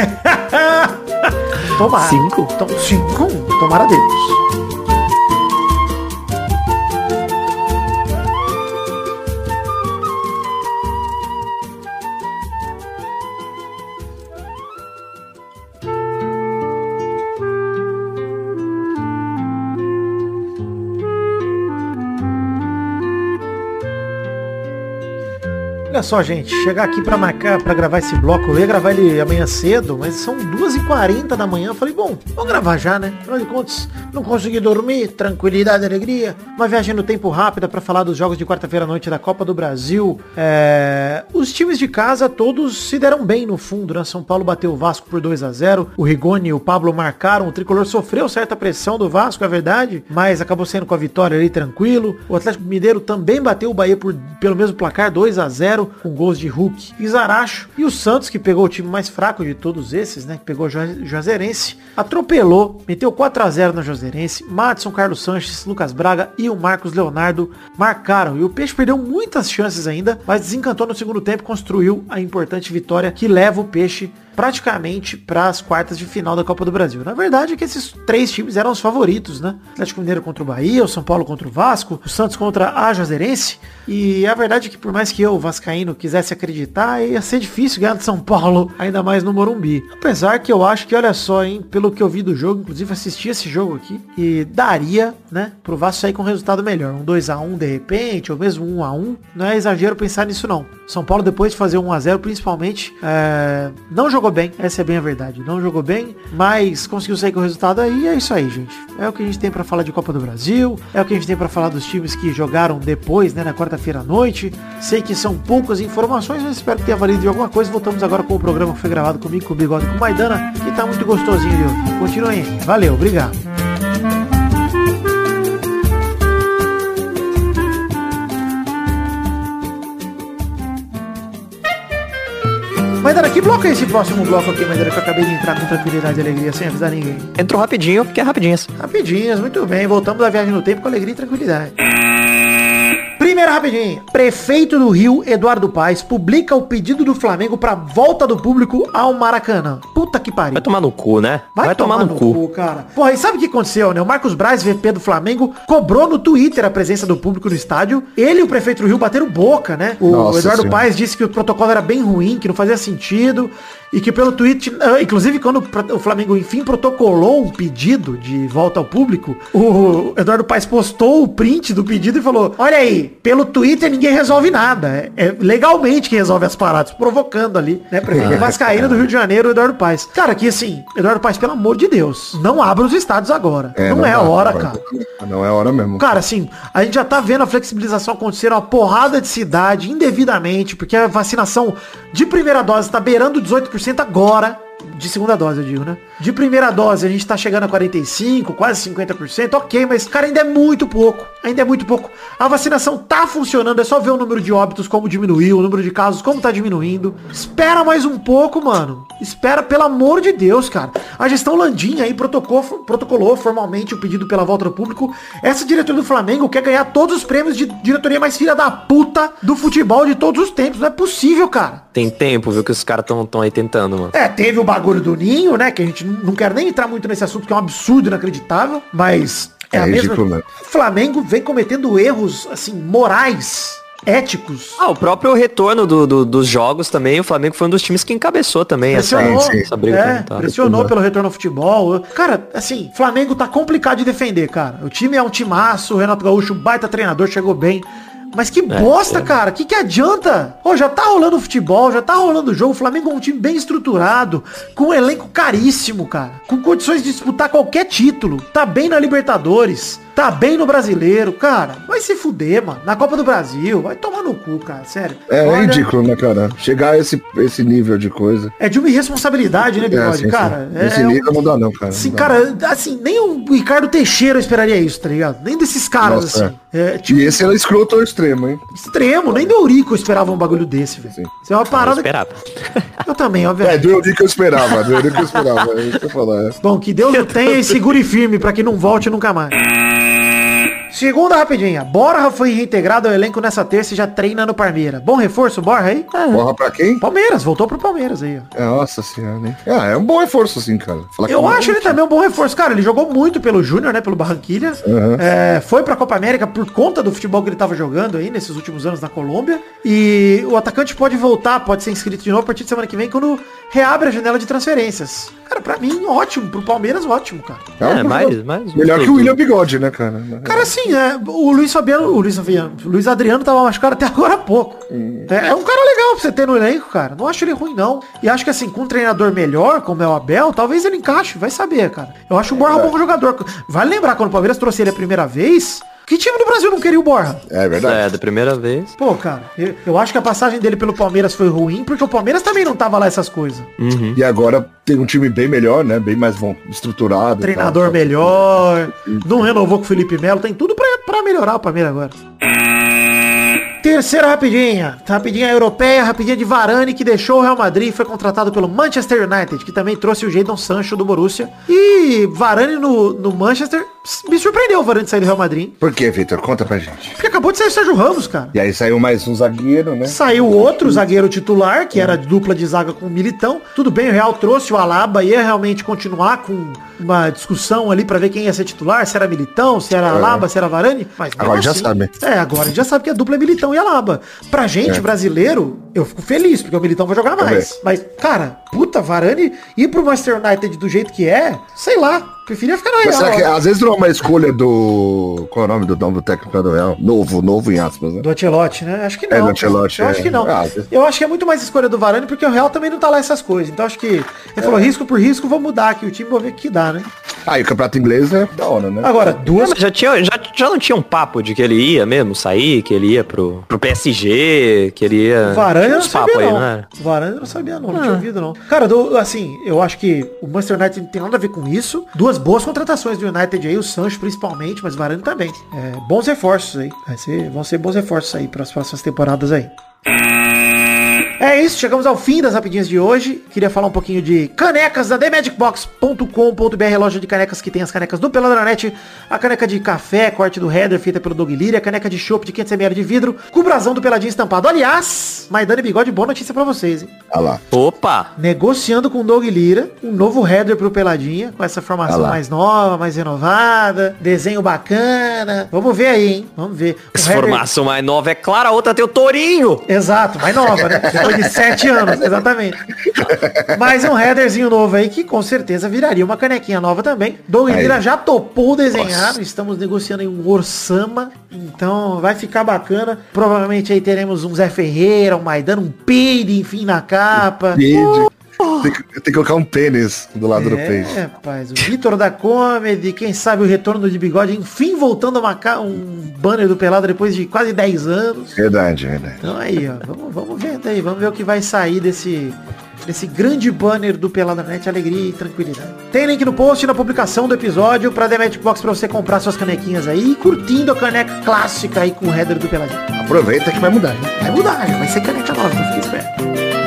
Tomara. Cinco? Tom, cinco? Tomara Deus. Olha só, gente, chegar aqui pra marcar, pra gravar esse bloco, eu ia gravar ele amanhã cedo, mas são duas e quarenta da manhã, eu falei, bom, vamos gravar já, né? Afinal de contas, não consegui dormir, tranquilidade, alegria, uma viagem no tempo rápida pra falar dos jogos de quarta-feira à noite da Copa do Brasil. É... Os times de casa todos se deram bem no fundo, né? São Paulo bateu o Vasco por dois a zero, o Rigoni e o Pablo marcaram, o Tricolor sofreu certa pressão do Vasco, é verdade, mas acabou saindo com a vitória ali tranquilo. O Atlético Mineiro também bateu o Bahia por, pelo mesmo placar, dois a zero, com gols de Hulk e Zaracho. E o Santos, que pegou o time mais fraco de todos esses, né? Que pegou o Juazeirense, atropelou, meteu quatro a zero no Juazeirense. Madison, Carlos Sanches, Lucas Braga e o Marcos Leonardo marcaram. E o Peixe perdeu muitas chances ainda, mas desencantou no segundo tempo e construiu a importante vitória que leva o Peixe praticamente para as quartas de final da Copa do Brasil. Na verdade é que esses três times eram os favoritos, né? O Atlético Mineiro contra o Bahia, o São Paulo contra o Vasco, o Santos contra a Juazeirense. E a verdade é que por mais que eu, vascaíno, quisesse acreditar, ia ser difícil ganhar de São Paulo, ainda mais no Morumbi. Apesar que eu acho que, olha só, hein, pelo que eu vi do jogo, inclusive assisti esse jogo aqui, e daria, né, pro Vasco sair com um resultado melhor. Um dois a um de repente, ou mesmo um a um. Não é exagero pensar nisso, não. São Paulo, depois de fazer um a zero, principalmente, é... não jogou bem, essa é bem a verdade. Não jogou bem, mas conseguiu sair com o resultado aí, é isso aí, gente. É o que a gente tem pra falar de Copa do Brasil, é o que a gente tem pra falar dos times que jogaram depois, né, na quarta-feira à noite. Sei que são poucas informações, mas espero que tenha valido de alguma coisa. Voltamos agora com o programa que foi gravado comigo, com o Bigode e com o Maidana, que tá muito gostosinho de ouvir. Continuem aí. Valeu, obrigado. Maidana, que bloco é esse próximo bloco aqui, Maidana, que eu acabei de entrar com tranquilidade e alegria, sem avisar ninguém? Entrou rapidinho, porque é rapidinhas. Rapidinhas, muito bem. Voltamos da viagem no tempo com alegria e tranquilidade. Primeira rapidinho. Prefeito do Rio, Eduardo Paes, publica o pedido do Flamengo pra volta do público ao Maracanã. Puta que pariu. Vai tomar no cu, né? Vai, Vai tomar, tomar no, no cu. cu, cara. Porra, e sabe o que aconteceu, né? O Marcos Braz, V P do Flamengo, cobrou no Twitter a presença do público no estádio. Ele e o prefeito do Rio bateram boca, né? O Nossa Eduardo senhora. Paes disse que o protocolo era bem ruim, que não fazia sentido. E que pelo tweet, inclusive quando o Flamengo enfim protocolou um pedido de volta ao público, o Eduardo Paes postou o print do pedido e falou, olha aí, pelo Twitter ninguém resolve nada, é, é legalmente que resolve as paradas, provocando ali, né, prefeito vascaíno do Rio de Janeiro, Eduardo Paes. Cara, que assim, Eduardo Paes, pelo amor de Deus, não abra os estádios agora, é, não, não é a hora, cara. Não é a hora mesmo. Cara, assim, a gente já tá vendo a flexibilização acontecer, uma porrada de cidade, indevidamente, porque a vacinação de primeira dose tá beirando dezoito por cento agora, de segunda dose eu digo, né? De primeira dose a gente tá chegando a quarenta e cinco por cento, quase cinquenta por cento, ok, mas cara, ainda é muito pouco. Ainda é muito pouco. A vacinação tá funcionando, é só ver o número de óbitos como diminuiu, o número de casos como tá diminuindo. Espera mais um pouco, mano. Espera, pelo amor de Deus, cara. A gestão Landim aí protocolou, protocolou formalmente o pedido pela volta do público. Essa diretoria do Flamengo quer ganhar todos os prêmios de diretoria mais filha da puta do futebol de todos os tempos. Não é possível, cara. Tem tempo, viu, que os caras tão, tão aí tentando, mano. É, teve o bagulho do Ninho, né, que a gente não quer nem entrar muito nesse assunto, que é um absurdo inacreditável, mas... É, é a ridículo, mesma... O Flamengo vem cometendo erros, assim, morais, éticos. Ah, o próprio retorno do, do, dos jogos também, o Flamengo foi um dos times que encabeçou também pressionou, essa, essa briga. É, pressionou pelo retorno ao futebol. Cara, assim, Flamengo tá complicado de defender, cara. O time é um timaço, o Renato Gaúcho, baita treinador, chegou bem. Mas que bosta, é, é. cara. Que que adianta? Pô, já tá rolando futebol, já tá rolando o jogo. O Flamengo é um time bem estruturado, com um elenco caríssimo, cara. Com condições de disputar qualquer título. Tá bem na Libertadores. Tá bem no Brasileiro, cara. Vai se fuder, mano. Na Copa do Brasil. Vai tomar no cu, cara. Sério. É, Olha... é ridículo, né, cara? Chegar a esse, esse nível de coisa. É de uma irresponsabilidade, né, Bigode? É, sim, cara. Sim. Esse é, nível é... não dá, não, cara. Sim, não cara, dá. assim, nem o Ricardo Teixeira esperaria isso, tá ligado? Nem desses caras, Nossa, assim. É. É, tipo... E esse era escroto ao extremo, hein? Extremo. Nem do Eurico eu esperava um bagulho desse, velho. Isso é uma parada... Eu esperava. Eu também, obviamente. É, do Eurico eu esperava. Do Eurico eu esperava. É isso que eu falar, é. Bom, que Deus o tenha e segure firme pra que não volte nunca mais. Segunda rapidinha. Borja foi reintegrado ao elenco nessa terça e já treina no Palmeiras. Bom reforço, Borja aí? É. Borja pra quem? Palmeiras, voltou pro Palmeiras aí, ó. Nossa senhora, né? Ah, é um bom reforço, sim, cara. Falar Eu acho ele também um bom reforço. Cara, ele jogou muito pelo Júnior, né? Pelo Barranquilla. Uhum. É, foi pra Copa América por conta do futebol que ele tava jogando aí nesses últimos anos na Colômbia. E o atacante pode voltar, pode ser inscrito de novo a partir de semana que vem, quando reabre a janela de transferências. Cara, pra mim, ótimo. Pro Palmeiras, ótimo, cara. É, é mais, mais... Melhor que o William Bigode, né, cara? Cara, assim, é, o Luiz Fabiano, o Luiz Fabiano, o Luiz Adriano tava machucado até agora há pouco. Hum. É, é um cara legal pra você ter no elenco, cara. Não acho ele ruim, não. E acho que, assim, com um treinador melhor, como é o Abel, talvez ele encaixe, vai saber, cara. Eu acho o Borja um bom jogador. Vale lembrar, quando o Palmeiras trouxe ele a primeira vez... Que time do Brasil não queria o Borja? É verdade. É, da primeira vez. Pô, cara, eu, eu acho que a passagem dele pelo Palmeiras foi ruim, porque o Palmeiras também não tava lá essas coisas. Uhum. E agora tem um time bem melhor, né? Bem mais bom, estruturado. Treinador tal, melhor. Tal. Não renovou com o Felipe Melo. Tem tudo pra, pra melhorar o Palmeiras agora. Terceira rapidinha. Rapidinha europeia, rapidinha de Varane, que deixou o Real Madrid e foi contratado pelo Manchester United, que também trouxe o Jadon Sancho do Borussia. E Varane no, no Manchester me surpreendeu o Varane sair do Real Madrid. Por que, Vitor? Conta pra gente. Porque acabou de sair o Sérgio Ramos, cara. E aí saiu mais um zagueiro, né? Saiu outro zagueiro titular, que era dupla de zaga com o Militão. Tudo bem, o Real trouxe o Alaba, ia realmente continuar com uma discussão ali pra ver quem ia ser titular, se era Militão, se era Alaba, é. se era Varane. Mas agora assim, já sabe. É, agora a gente já sabe que a dupla é Militão e Alaba. Pra gente, é. brasileiro, eu fico feliz, porque o Militão vai jogar mais. É. Mas, cara, puta, Varane ir pro Manchester United do jeito que é, sei lá. Preferia ficar no Real. Mas será que, às vezes não é uma escolha do... Qual é o nome do nome do técnico do Real? Novo, novo em aspas, né? Do Ancelotti, né? Acho que não. É, do Ancelotti. Eu é. acho que não. Ah, eu acho que é muito mais escolha do Varane, porque o Real também não tá lá essas coisas. Então acho que ele é. falou, risco por risco, vou mudar aqui o time, vou ver o que dá, né? Ah, e o campeonato inglês é da hora, né? Agora, duas... Não, já, tinha, já, já não tinha um papo de que ele ia mesmo sair, que ele ia pro, pro P S G, que ele ia... O Varane eu não sabia, aí, não. né? O Varane eu não sabia, não. Não ah. tinha ouvido, não. Cara, do, assim, eu acho que o Manchester United não tem nada a ver com isso. Duas boas contratações do United aí, o Sancho principalmente, mas o Varane também. É, bons reforços aí. Vai ser, vão ser bons reforços aí para as próximas temporadas aí. É isso, chegamos ao fim das rapidinhas de hoje. Queria falar um pouquinho de canecas da the magic box ponto com ponto b r, loja de canecas que tem as canecas do Peladranet, a caneca de café, corte do header, feita pelo Doug Lira, a caneca de chopp de quinhentos mililitros de vidro, com o brasão do Peladinho estampado. Aliás, Maidana e Bigode, boa notícia pra vocês, hein? Ah lá. Opa! Negociando com o Doug Lira, um novo header pro Peladinha, com essa formação mais nova, mais renovada, desenho bacana. Vamos ver aí, hein? Vamos ver. O essa header... formação mais nova é clara, a outra tem o Tourinho. Exato, mais nova, né? Depois de sete anos, exatamente. Mais um headerzinho novo aí, que com certeza viraria uma canequinha nova também. Doug Lira já topou desenhar. Nossa. Estamos negociando aí um Orsama. Então vai ficar bacana. Provavelmente aí teremos um Zé Ferreira, um Maidana, um Peide, enfim, na capa. Peide. Tem que, tem que colocar um tênis do lado é, do peito. É, rapaz. O Vitor da Comedy, quem sabe o retorno de Bigode, enfim, voltando a marcar um banner do Pelado depois de quase dez anos. Verdade, verdade. Então aí, ó, vamos, vamos ver aí, vamos ver o que vai sair desse nesse grande banner do Pelada.net, alegria e tranquilidade. Tem link no post na publicação do episódio pra The Magic Box pra você comprar suas canequinhas aí, curtindo a caneca clássica aí com o header do Peladinho. Aproveita que vai mudar, hein? Vai mudar, já vai ser caneca nova, então fica esperto.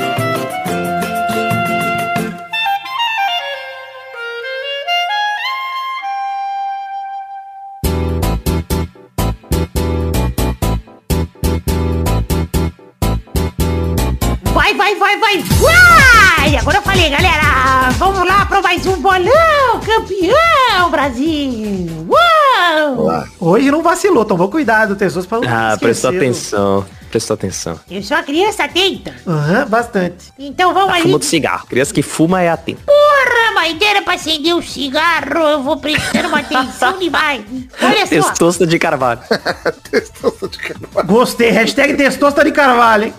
Vai, vai, vai, vai, vai! Agora eu falei, galera, vamos lá para mais um bolão, campeão, Brasil! Uau! Olá. Hoje não vacilou, tomou cuidado, Tessos, pra não Ah, esquecer prestou do- atenção. Prestou atenção. Eu sou uma criança atenta, Aham, bastante. então vamos Tá ali. fumando cigarro. Criança que fuma é atento. Porra, maideira pra acender um cigarro, eu vou prestando uma atenção demais. Olha só, Testosta de carvalho. Testosta de carvalho. Gostei, hashtag testosta de carvalho, hein?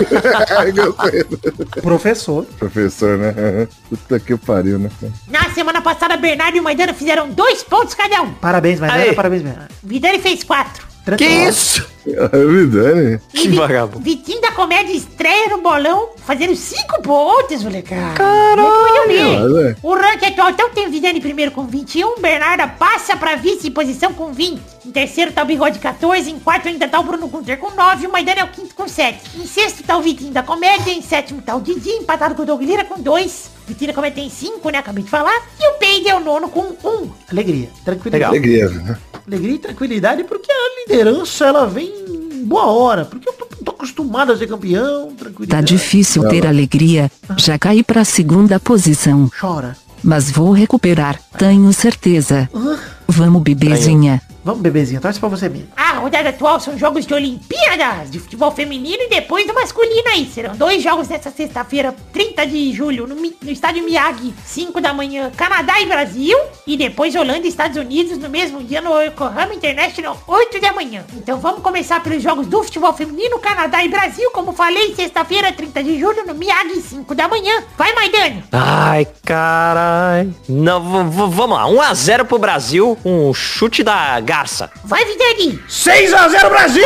Gostei. Professor. Professor, né? Puta que pariu, né? na semana passada, Bernardo e o Maidana fizeram dois pontos cada um. Parabéns, Maidana, Aê. parabéns, Maidana. Vidani fez quatro. Que Tranquilo. isso? Vidani. E Que Vi- vagabundo. Vitinho da Comédia estreia no bolão, fazendo cinco pontos, molecada. Caralho! O ranking atual, então, tem o Vidani primeiro com vinte e um, Bernarda passa pra vice em posição com vinte. Em terceiro tá o Bigode catorze, em quarto ainda tá o Bruno Gunter com nove, o Maidana é o quinto com sete. Em sexto tá o Vitinho da Comédia, em sétimo tá o Didi, empatado com o Doug Lira com dois. Vitinho da Comédia tem cinco, né, acabei de falar. E o Peide é o nono com um. Alegria, tranquilidade. Alegria, né? Alegria e tranquilidade, porque a liderança, ela vem em boa hora. Porque eu tô, tô acostumado a ser campeão, Tá tranquilidade. difícil ter alegria, já caí pra segunda posição. Chora. Mas vou recuperar, tenho certeza. Ah, Vamos, bebezinha. vamos, bebezinho, torce pra você mesmo. A rodada atual são jogos de Olimpíadas de futebol feminino e depois do masculino aí. Serão dois jogos nessa sexta-feira, trinta de julho, no, Mi- no estádio Miyagi, cinco da manhã, Canadá e Brasil. E depois Holanda e Estados Unidos no mesmo dia no Yokohama International, oito da manhã. Então vamos começar pelos jogos do futebol feminino, Canadá e Brasil. Como falei, sexta-feira, trinta de julho, no Miyagi, cinco da manhã. Vai, Maidana! Ai, carai. Não, v- v- vamos lá. um a zero pro Brasil, um chute da Garça. Vai, Vidani! seis a zero Brasil!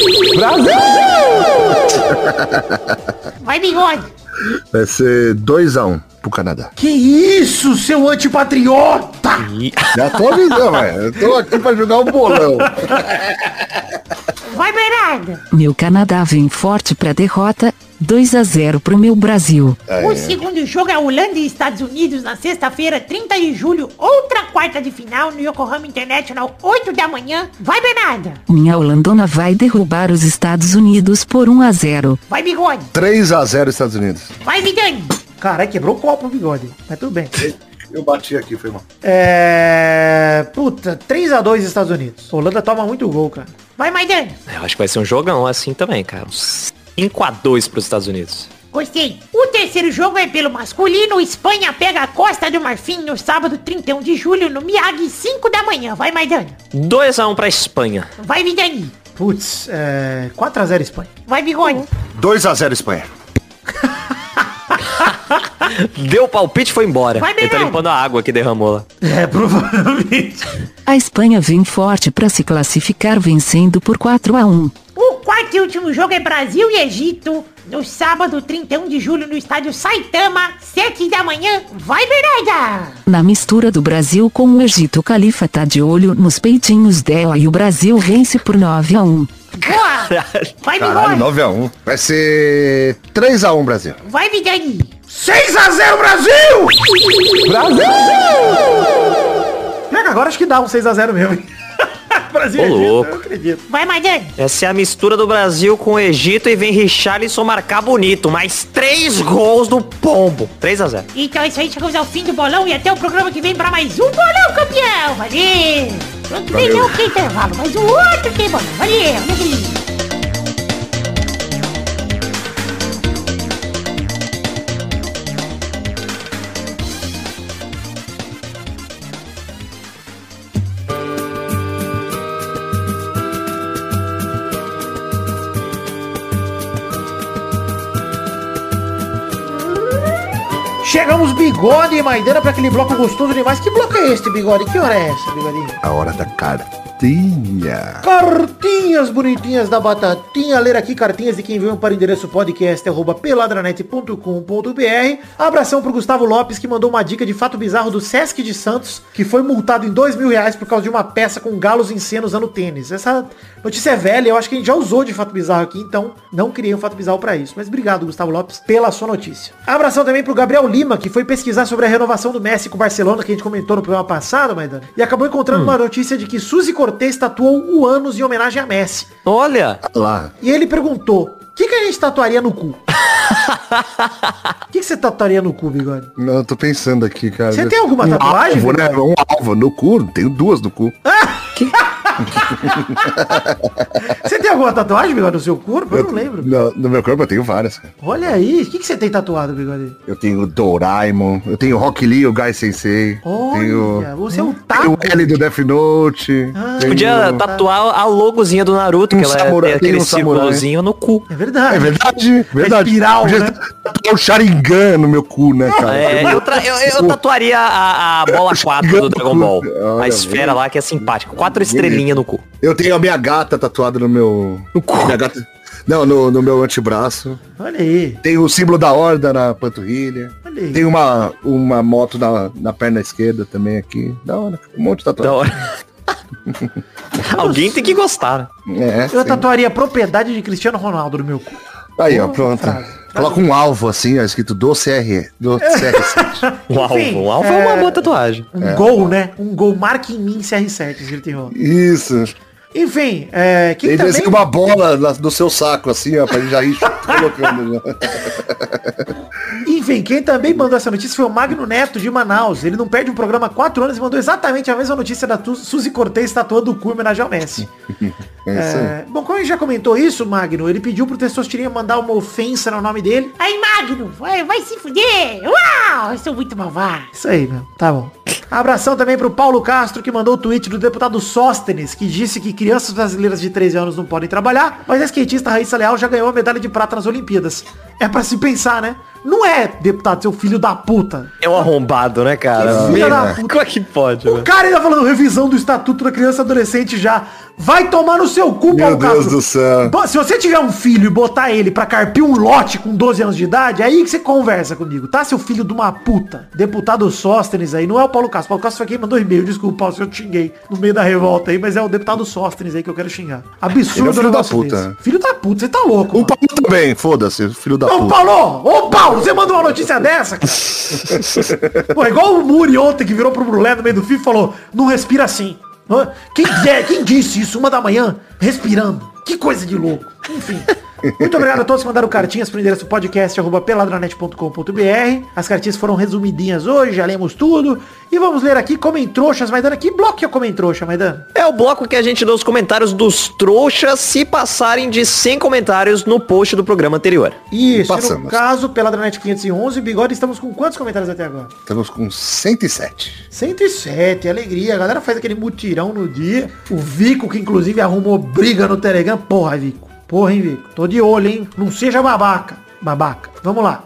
Vai, Bigode! Vai ser dois a um pro Canadá. Que isso, seu antipatriota! E... Já tô avisando, velho. Eu tô aqui pra jogar o bolão. Vai, Bernardo! Meu Canadá vem forte pra derrota, dois a zero pro meu Brasil. O segundo jogo é Holanda e Estados Unidos na sexta-feira, trinta de julho, outra quarta de final no Yokohama International, oito da manhã. Vai, Bernarda! Minha holandona vai derrubar os Estados Unidos por um a zero. Vai, Bigode! três a zero Estados Unidos. Vai, Vidani! Caralho, quebrou o copo o bigode. Mas tudo bem. Eu bati aqui, foi mal. É... Puta, três a dois Estados Unidos. Holanda toma muito gol, cara. Vai, Maidana! Eu acho que vai ser um jogão assim também, cara. Uns cinco a dois pros Estados Unidos. Gostei. O terceiro jogo é pelo masculino. Espanha pega a Costa do Marfim no sábado, trinta e um de julho, no Miyagi, cinco da manhã. Vai, Maidana! dois a um pra Espanha. Vai, Vidani! Putz, é... quatro a zero Espanha. Vai, Bigode! dois a zero Espanha. Deu o palpite e foi embora. Vai, Ele tá Bernardo. limpando a água que derramou lá. É, provavelmente. A Espanha vem forte pra se classificar vencendo por quatro a um. O quarto e último jogo é Brasil e Egito, no sábado, trinta e um de julho, no estádio Saitama, sete da manhã. Vai, Bernarda! Na mistura do Brasil com o Egito, o Califa tá de olho nos peitinhos dela e o Brasil vence por nove a um. Boa! Vai, Caralho, Bigode! nove a um. Vai ser três a um Brasil. Vai, Vidani! seis a zero Brasil! Brasil! Agora acho que dá um seis a zero mesmo, hein? Brasil, Ô, Egito, louco. eu acredito. Vai, Maidana! Essa é a mistura do Brasil com o Egito e vem Richarlison marcar bonito. Mais três gols do Pombo. três a zero. Então é isso aí, chegamos ao fim do bolão e até o programa que vem pra mais um bolão, campeão! Valeu! Ano que vem não tem intervalo, mas o outro tem bolão. Valeu, alegria! Chegamos, Bigode e Maidana, pra aquele bloco gostoso demais. Que bloco é este, Bigode? Que hora é essa, Bigodinho? A hora da cara. batatinha. Cartinhas bonitinhas da batatinha. Ler aqui cartinhas de quem enviou para o endereço podcast arroba peladranet ponto com ponto br. Abração pro Gustavo Lopes, que mandou uma dica de fato bizarro do Sesc de Santos, que foi multado em dois mil reais por causa de uma peça com galos em cena usando tênis. Essa notícia é velha, eu acho que a gente já usou de fato bizarro aqui, então não criei um fato bizarro pra isso. Mas obrigado, Gustavo Lopes, pela sua notícia. Abração também pro Gabriel Lima, que foi pesquisar sobre a renovação do Messi com o Barcelona, que a gente comentou no programa passado, Maidana, e acabou encontrando hum. uma notícia de que Suzy Cortez tatuou o ânus em homenagem a Messi. Olha! Lá. E ele perguntou, o que, que a gente tatuaria no cu? O que, que você tatuaria no cu, Bigode? Não, eu tô pensando aqui, cara. Você tem alguma um tatuagem? Alvo, né? Um alvo no cu, tenho duas no cu. Você tem alguma tatuagem, Bigode, no seu corpo? Eu, eu não lembro. No, no meu corpo eu tenho várias, cara. Olha aí, o que, que você tem tatuado, Bigode? Eu tenho Doraemon, eu tenho Rock Lee, o Guy Sensei. Olha, tenho, você é um taco. Tenho o L do Death Note. Ah, tenho... Podia tatuar a logozinha do Naruto, um que ela samurai, é aquele um círculozinho no cu. É verdade. É verdade, verdade. Espiral, Podia né? tatuar o Sharingan no meu cu, né, cara? É, eu, tra... eu, eu tatuaria a, a bola quatro do Dragon Ball. Olha, a esfera lá que é simpática. Quatro estrelinhas no cu. Eu tenho a minha gata tatuada no meu... No cu. Minha gata... Não, no, no meu antebraço. Olha aí. Tem o símbolo da horda na panturrilha. Olha aí. Tem uma, uma moto na, na perna esquerda também aqui. Da hora. Um monte de tatuagem. Da hora. Alguém tem que gostar, né? É, eu sim. tatuaria a propriedade de Cristiano Ronaldo no meu cu. Aí, ó, pronto. Frase. Coloca um alvo assim, ó, escrito do C R, do C R sete. Um alvo, um alvo é uma boa tatuagem. Um É. gol, né? Um gol, marque em mim C R sete, escrito em rola. Isso. Enfim, é, quem Tem também... também... uma bola na- no seu saco, assim, ó, pra ele já ir colocando. Já. Enfim, quem também mandou essa notícia foi o Magno Neto de Manaus. Ele não perde um programa há quatro anos e mandou exatamente a mesma notícia da tu- Suzy Cortez tatuando o cu em homenagem ao Messi. É isso É, bom, como a gente já comentou isso, Magno, ele pediu pro Testosterinha mandar uma ofensa no nome dele. Aí, Magno, vai, vai se fuder. Uau, eu sou muito malvado. Isso aí, meu. Tá bom. Abração também pro Paulo Castro, que mandou o tweet do deputado Sóstenes, que disse que crianças brasileiras de treze anos não podem trabalhar, mas a skatista Raíssa Leal já ganhou a medalha de prata nas Olimpíadas. É pra se pensar, né? Não é, deputado, seu filho da puta. É um arrombado, né, cara? Que filho da puta. Como é que pode, O né? cara ainda falando revisão do Estatuto da Criança e Adolescente já. Vai tomar no seu cu, Meu Paulo Deus Castro. do céu. Pô, se você tiver um filho e botar ele pra carpir um lote com doze anos de idade, é aí que você conversa comigo, tá, seu filho de uma puta? Deputado Sóstenes aí, não é o Paulo Castro. Paulo Castro foi quem mandou e-mail, desculpa, Paulo, se eu te xinguei no meio da revolta aí, mas é o deputado Sóstenes aí que eu quero xingar. Absurdo. Ele é filho um da negócio puta. desse. Filho da puta, você tá louco. O mano. Paulo também, foda-se, filho da Ô, puta. Paulo! Ô, Paulo, você mandou uma notícia dessa, cara? Pô, igual o Muri ontem que virou pro Brulé no meio do FIFA e falou, não respira assim. Hã? Quem, é, quem disse isso? Uma da manhã, respirando. Que coisa de louco. Enfim. Muito obrigado a todos que mandaram cartinhas pro endereço podcast arroba peladranet ponto com ponto br. As cartinhas foram resumidinhas hoje, já lemos tudo. E vamos ler aqui Comentroxas, Maidana. Que bloco que é o Comentroxa, Maidana? É o bloco que a gente dá os comentários dos trouxas se passarem de cem comentários no post do programa anterior. Isso, e no Passamos. caso, Peladranet quinhentos e onze, Bigode, estamos com quantos comentários até agora? Estamos com cento e sete. cento e sete, alegria. A galera faz aquele mutirão no dia. O Vico, que inclusive arrumou briga no Telegram. Porra, Vico. Porra, hein, Vico. Tô de olho, hein. Não seja babaca. Babaca. Vamos lá.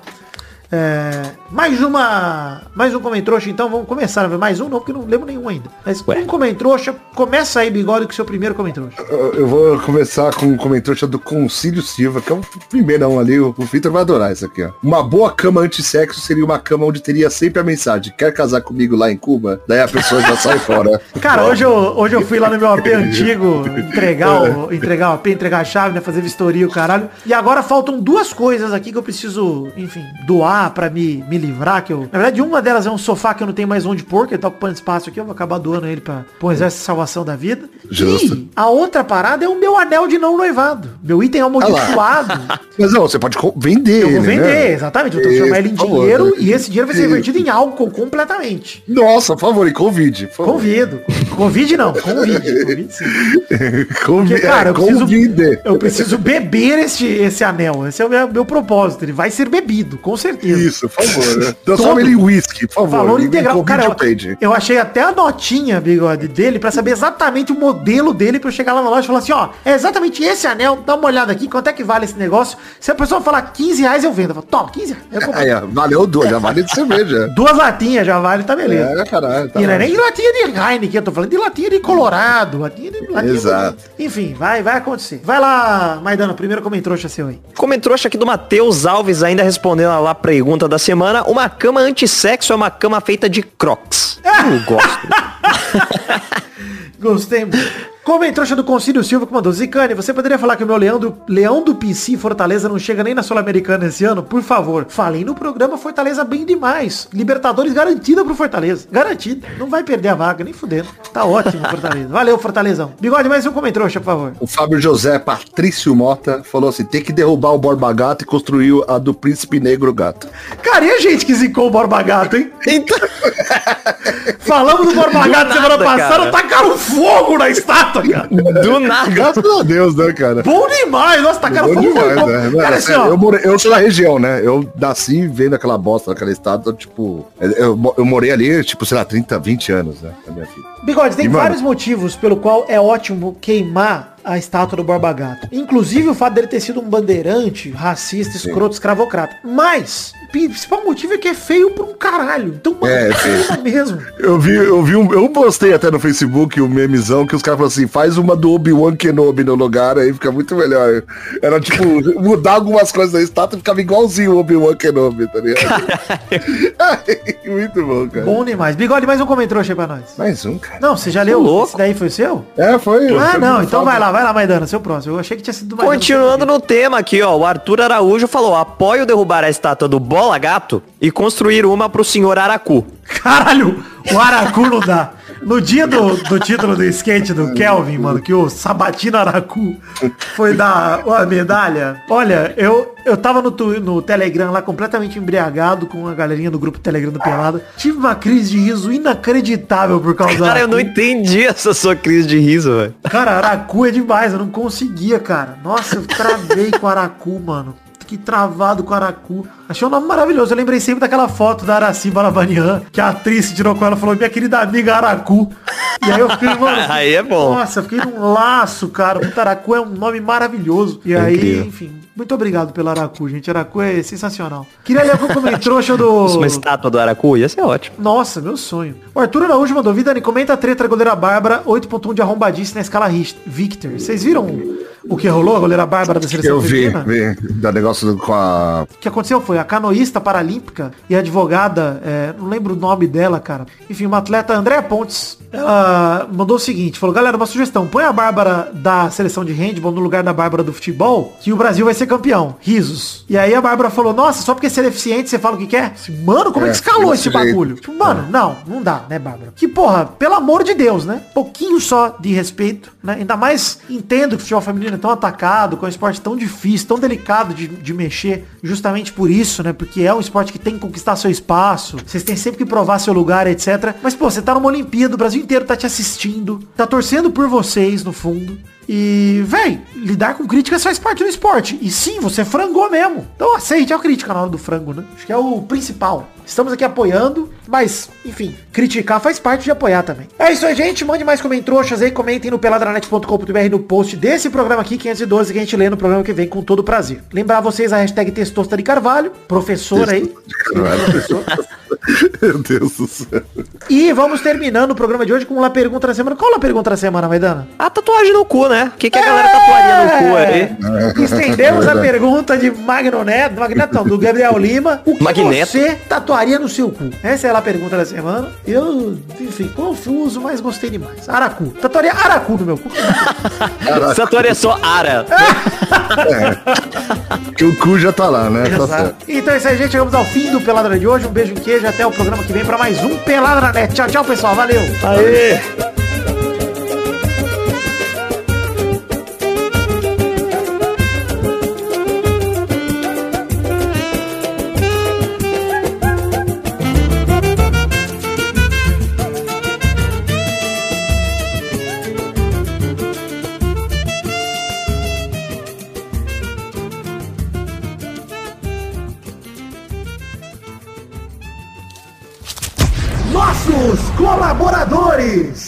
É, mais uma... Mais um Comentrouxa, então. Vamos começar. Mais um não, porque não lembro nenhum ainda. Mas Ué. um Comentrouxa. Começa aí, Bigode, com o seu primeiro Comentrouxa. Eu eu vou começar com um comentário do Concílio Silva, que é o primeirão ali, o, o Vitor vai adorar isso aqui, ó. Uma boa cama antissexo seria uma cama onde teria sempre a mensagem, quer casar comigo lá em Cuba? Daí a pessoa já sai fora. Cara, hoje eu, hoje eu fui lá no meu A P antigo entregar o, entregar o A P, entregar a chave, né? Fazer vistoria, o caralho. E agora faltam duas coisas aqui que eu preciso, enfim, doar pra me, me livrar. Que eu, na verdade, uma delas é um sofá que eu não tenho mais onde pôr, que ele tá ocupando espaço aqui. Eu vou acabar doando ele pra, pra exército de salvação da vida. Justo. E a outra parada é o meu anel de não noivado. Meu item amaldiçoado. Mas não, você pode co- vender Eu vou ele, vender, né? exatamente. Eu vou transformar ele em Por favor, dinheiro né? e esse dinheiro vai ser Isso. invertido em álcool completamente. Nossa, por favor, e convide. Por favor. Convido. Convide não, convide. Convide sim. Convi- Porque, cara, eu é, preciso, convide. eu preciso beber esse, esse anel. Esse é o meu, meu propósito. Ele vai ser bebido, com certeza. Isso, por favor. favor. Transforma ele em whisky, por favor. Valor integral. Cara, eu, page. eu achei até a notinha, Bigode, dele pra saber exatamente o modelo dele pra eu chegar lá na loja e falar assim, ó, é exatamente esse anel, dá uma olhada aqui, quanto é que vale esse negócio? Se a pessoa falar quinze reais, eu vendo. Eu falo, toma, quinze reais. Eu Aí, ó, valeu duas, já vale de cerveja. Duas latinhas já vale, tá beleza. É, caralho. Tá e não é nem latinha de Heineken, eu tô falando de latinha de Colorado, latinha de... Latinha Exato. De... Enfim, vai, vai acontecer. Vai lá, Maidana, primeiro comentrouxa seu aí. Comentrouxa aqui do Matheus Alves, ainda respondendo lá a pergunta da semana. Uma cama antissexo é uma cama feita de crocs. Ah! Eu gosto. Gostei muito. Comentrouxa do Concílio Silva que mandou: Zicane, você poderia falar que o meu leão do, leão do P C Fortaleza não chega nem na Sul-Americana esse ano? Por favor. Falei no programa Fortaleza bem demais. Libertadores garantida pro Fortaleza. Garantida. Não vai perder a vaga, nem fudendo. Tá ótimo, Fortaleza. Valeu, Fortalezão. Bigode, mais um comentrouxa, por favor. O Fábio José Patrício Mota falou assim, tem que derrubar o Borba Gato e construir a do Príncipe Negro Gato. Cara, e a gente que zicou o Borba Gato, hein? Então... Falamos do Borba Gato semana passada, cara. tacaram fogo na estátua, cara. Do nada. Graças a Deus, né, cara? Bom demais. Nossa, tacaram Bom fogo. demais, fogo. né? Não, Cara, é assim, sério, ó, eu, morei, eu sou da região, né? Eu nasci vendo aquela bosta daquela estátua, tipo... Eu, eu morei ali, tipo, sei lá, trinta, vinte anos, né? Da minha vida. Bigode, tem E, mano, vários motivos pelo qual é ótimo queimar a estátua do Borba Gato. Inclusive o fato dele ter sido um bandeirante, racista, escroto, escravocrata. Mas, o principal motivo é que é feio por um caralho. Então, mano, É, é feio. feio mesmo. Eu vi, eu vi um, eu postei até no Facebook um memezão que os caras falaram assim, faz uma do Obi-Wan Kenobi no lugar, aí fica muito melhor. Era tipo, mudar algumas coisas da estátua e ficava igualzinho o Obi-Wan Kenobi, tá ligado? Muito bom, cara. Bom demais. Bigode, mais um comentrouxa aí pra nós. Mais um, cara. Não, você já leu? louco. Esse daí foi o seu? É, foi. Ah, foi não, do então Fábio. vai lá, vai lá, Maidana, seu próximo. Eu achei que tinha sido do Maidana. Continuando no tema aqui, ó, o Arthur Araújo falou, apoio derrubar a estátua do Bola Gato e construir uma pro senhor Aracu. Caralho, o Aracu não dá. No dia do, do título do skate do Kelvin, mano, que o Sabatino Aracu foi dar a medalha. Olha, eu, eu tava no, tu, no Telegram lá completamente embriagado com a galerinha do grupo Telegram do Pelada. Tive uma crise de riso inacreditável por causa do Cara, eu Aracu. não entendi essa sua crise de riso, velho. Cara, Aracu é demais, eu não conseguia, cara. Nossa, eu travei com o Aracu, mano. Fiquei travado com o Aracu. Achei um nome maravilhoso. Eu lembrei sempre daquela foto da Araci Balabanian, que a atriz se tirou com ela e falou, minha querida amiga Aracu. E aí eu fiquei, mano... Aí é bom. Nossa, eu fiquei num laço, cara. O Aracu é um nome maravilhoso. E aí, incrível. enfim... Muito obrigado pelo Aracu, gente. Aracu é sensacional. Queria ler algum comentário do... Uma estátua do Aracu ia ser ótimo. Nossa, meu sonho. O Arthur Araújo mandou, Vidani, comenta a treta da goleira Bárbara, oito ponto um de arrombadice na escala Richter. Victor. Vocês viram o que rolou, a goleira Bárbara da seleção Eu vi, feminina? vi, da negócio do- com a... O que aconteceu foi a canoísta paralímpica e a advogada, é, não lembro o nome dela, cara. Enfim, uma atleta, Andréa Pontes, ela mandou o seguinte, falou, galera, uma sugestão, põe a Bárbara da seleção de handball no lugar da Bárbara do futebol, que o Brasil vai ser campeão. Risos. E aí a Bárbara falou, nossa, só porque você é deficiente, você fala o que quer? Mano, como é, É, que escalou desse esse jeito. bagulho? Tipo, mano, não, não dá, né, Bárbara? Que porra, pelo amor de Deus, né? Pouquinho só de respeito, né? Ainda mais entendo que o futebol feminino é tão atacado, que é um esporte tão difícil, tão delicado de, de mexer, justamente por isso, né? Porque é um esporte que tem que conquistar seu espaço, vocês têm sempre que provar seu lugar, etcétera. Mas, pô, você tá numa Olimpíada, o Brasil inteiro tá te assistindo, tá torcendo por vocês, no fundo. E, véi, lidar com críticas faz parte do esporte. E sim, você frangou mesmo. Então aceite a crítica na hora do frango, né? Acho que é o principal. Estamos aqui apoiando, mas, enfim, criticar faz parte de apoiar também. É isso aí, gente. Mande mais comentroxas aí, comentem no peladranet ponto com ponto br no post desse programa aqui, quinhentos e doze, que a gente lê no programa que vem com todo prazer. Lembrar vocês a hashtag Testosta de Carvalho, professor aí. Professor. Meu Deus do céu. E vamos terminando o programa de hoje com uma pergunta da semana. Qual é a pergunta da semana, Maidana? A tatuagem no cu, né? O que, que a galera tatuaria no cu aí? Estendemos a pergunta de Magno Neto, Magneto não, do Gabriel Lima. O que Magneto. você tatuaria no seu cu? Essa é a pergunta da semana. Eu, enfim, confuso, mas gostei demais. Aracu. Tatuaria Aracu no meu cu. Essa tatuaria é só Ara. Porque o cu já tá lá, né? Tá Exato. certo. Então é isso aí, gente. Chegamos ao fim do Peladra de hoje. Um beijo em queijo. Até o programa que vem pra mais um Peladra Net. Tchau, tchau, pessoal. Valeu. Aê! nossos colaboradores.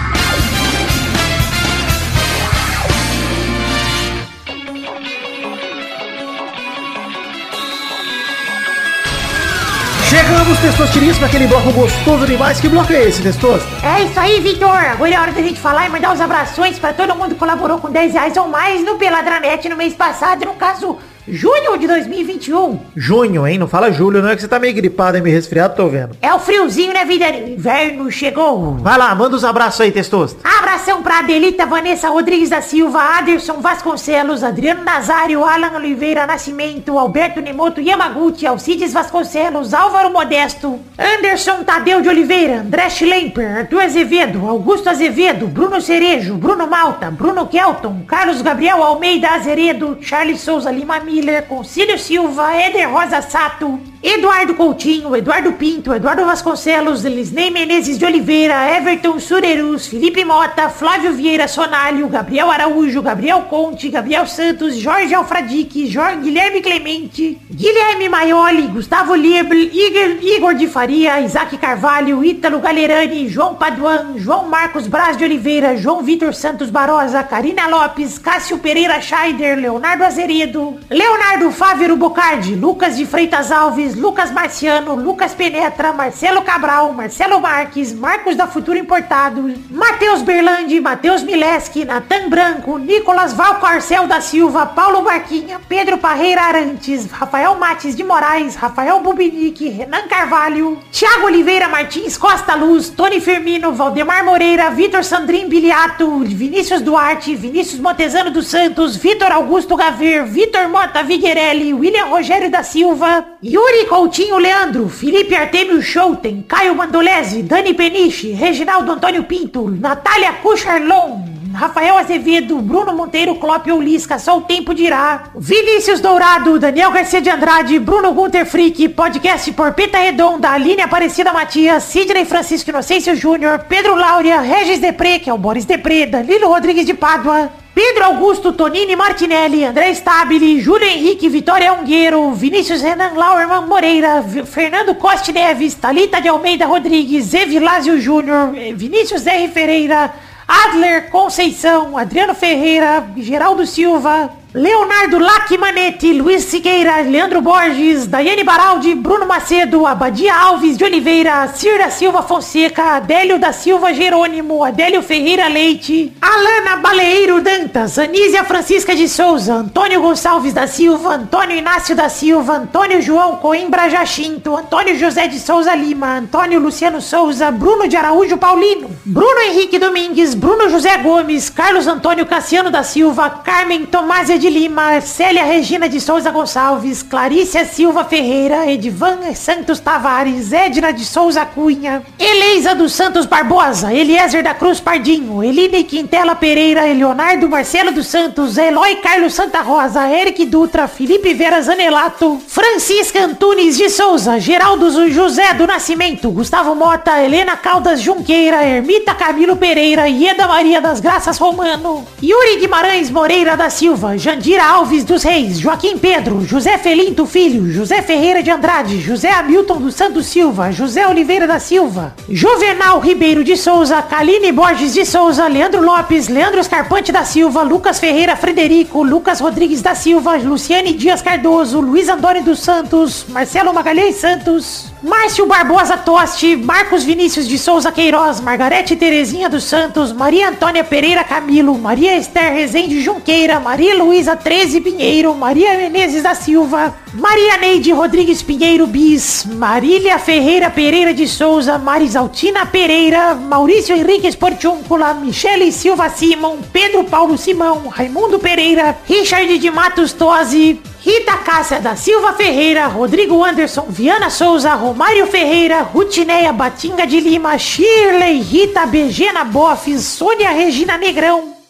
Chegamos, Testosterinhas, aquele bloco gostoso demais. Que bloco é esse, Testosta? É isso aí, Vitor. Agora é hora da gente falar e mandar os abraços pra todo mundo que colaborou com dez reais ou mais no Peladranet no mês passado, no caso... junho de dois mil e vinte e um. Junho, hein? Não fala julho, não é que você tá meio gripado e meio resfriado, tô vendo. É o friozinho, né, vida? Inverno chegou. Vai lá, manda os abraços aí, Testosta. Abração pra Adelita Vanessa Rodrigues da Silva, Aderson Vasconcelos, Adriano Nazário, Alan Oliveira Nascimento, Alberto Nemoto Yamaguchi, Alcides Vasconcelos, Álvaro Modesto, Anderson Tadeu de Oliveira, André Schlemper, Arthur Azevedo, Augusto Azevedo, Bruno Cerejo, Bruno Malta, Bruno Kelton, Carlos Gabriel Almeida Azeredo, Charles Souza Lima Miller, Concílio Silva, Éder Rosa Sato, Eduardo Coutinho, Eduardo Pinto, Eduardo Vasconcelos, Elisnei Menezes de Oliveira, Everton Surerus, Felipe Mota, Flávio Vieira Sonalho, Gabriel Araújo, Gabriel Conte, Gabriel Santos, Jorge Alfradique, Jorge Guilherme Clemente, Guilherme Maioli, Gustavo Lieber, Igor, Igor de Faria, Isaac Carvalho, Ítalo Galerani, João Paduan, João Marcos Braz de Oliveira, João Vitor Santos Barosa, Karina Lopes, Cássio Pereira Scheider, Leonardo Azeredo, Leonardo Fávero Bocardi, Lucas de Freitas Alves, Lucas Marciano, Lucas Penetra, Marcelo Cabral, Marcelo Marques, Marcos da Futuro Importado, Matheus Berlandi, Matheus Mileski, Natan Branco, Nicolas Valcarcel da Silva, Paulo Marquinha, Pedro Parreira Arantes, Rafael Mates de Moraes, Rafael Bubinique, Renan Carvalho, Thiago Oliveira Martins Costa Luz, Tony Firmino, Valdemar Moreira, Vitor Sandrin Biliato, Vinícius Duarte, Vinícius Montezano dos Santos, Vitor Augusto Gaver, Vitor Mota Viguerelli, William Rogério da Silva, Yuri Coutinho Leandro, Felipe Artemio Schouten, Caio Mandolese, Dani Peniche, Reginaldo Antônio Pinto, Natália Cucharlon, Rafael Azevedo, Bruno Monteiro, Clópio Ulisca, só o tempo dirá, Vinícius Dourado, Daniel Garcia de Andrade, Bruno Gunter Frick, podcast Porpeta Redonda, Aline Aparecida Matias, Sidney Francisco Inocêncio Júnior, Pedro Laura, Regis Depré, que é o Boris Depré, Danilo Rodrigues de Pádua, Pedro Augusto Tonini Martinelli, André Stabile, Júlio Henrique Vitória Ungueiro, Vinícius Renan Lauerman Moreira, v Fernando Costa Neves, Thalita de Almeida Rodrigues, Zé Vilásio Júnior, Vinícius R. Ferreira, Adler Conceição, Adriano Ferreira, Geraldo Silva, Leonardo Lacmanetti, Luiz Siqueira, Leandro Borges, Daiane Baraldi, Bruno Macedo, Abadia Alves de Oliveira, Cira Silva Fonseca, Adélio da Silva Jerônimo, Adélio Ferreira Leite, Alana Baleeiro Dantas, Anísia Francisca de Souza, Antônio Gonçalves da Silva, Antônio Inácio da Silva, Antônio João Coimbra Jacinto, Antônio José de Souza Lima, Antônio Luciano Souza, Bruno de Araújo Paulino, Bruno Henrique Domingues, Bruno José Gomes, Carlos Antônio Cassiano da Silva, Carmen Tomásia de Lima, Célia Regina de Souza Gonçalves, Clarícia Silva Ferreira, Edvan Santos Tavares, Edna de Souza Cunha, Eleisa dos Santos Barbosa, Eliezer da Cruz Pardinho, Eline Quintela Pereira, Leonardo Marcelo dos Santos, Eloy Carlos Santa Rosa, Eric Dutra, Felipe Vera Zanelato, Francisca Antunes de Souza, Geraldo José do Nascimento, Gustavo Mota, Helena Caldas Junqueira, Ermita Camilo Pereira, Ieda Maria das Graças Romano, Yuri Guimarães Moreira da Silva, Jandira Alves dos Reis, Joaquim Pedro, José Felinto Filho, José Ferreira de Andrade, José Hamilton dos Santos Silva, José Oliveira da Silva, Juvenal Ribeiro de Souza, Kaline Borges de Souza, Leandro Lopes, Leandro Escarpante da Silva, Lucas Ferreira Frederico, Lucas Rodrigues da Silva, Luciane Dias Cardoso, Luiz Antônio dos Santos, Marcelo Magalhães Santos, Márcio Barbosa Toste, Marcos Vinícius de Souza Queiroz, Margarete Terezinha dos Santos, Maria Antônia Pereira Camilo, Maria Esther Rezende Junqueira, Maria Luísa treze Pinheiro, Maria Menezes da Silva, Maria Neide Rodrigues Pinheiro Bis, Marília Ferreira Pereira de Souza, Marisaltina Pereira, Maurício Henrique Esportiúncula, Michele Silva Simon, Pedro Paulo Simão, Raimundo Pereira, Richard de Matos Tosi, Rita Cássia da Silva Ferreira, Rodrigo Anderson, Viana Souza, Romário Ferreira, Rutineia Batinga de Lima, Shirley, Rita Begena Boffes, Sônia Regina Negrão,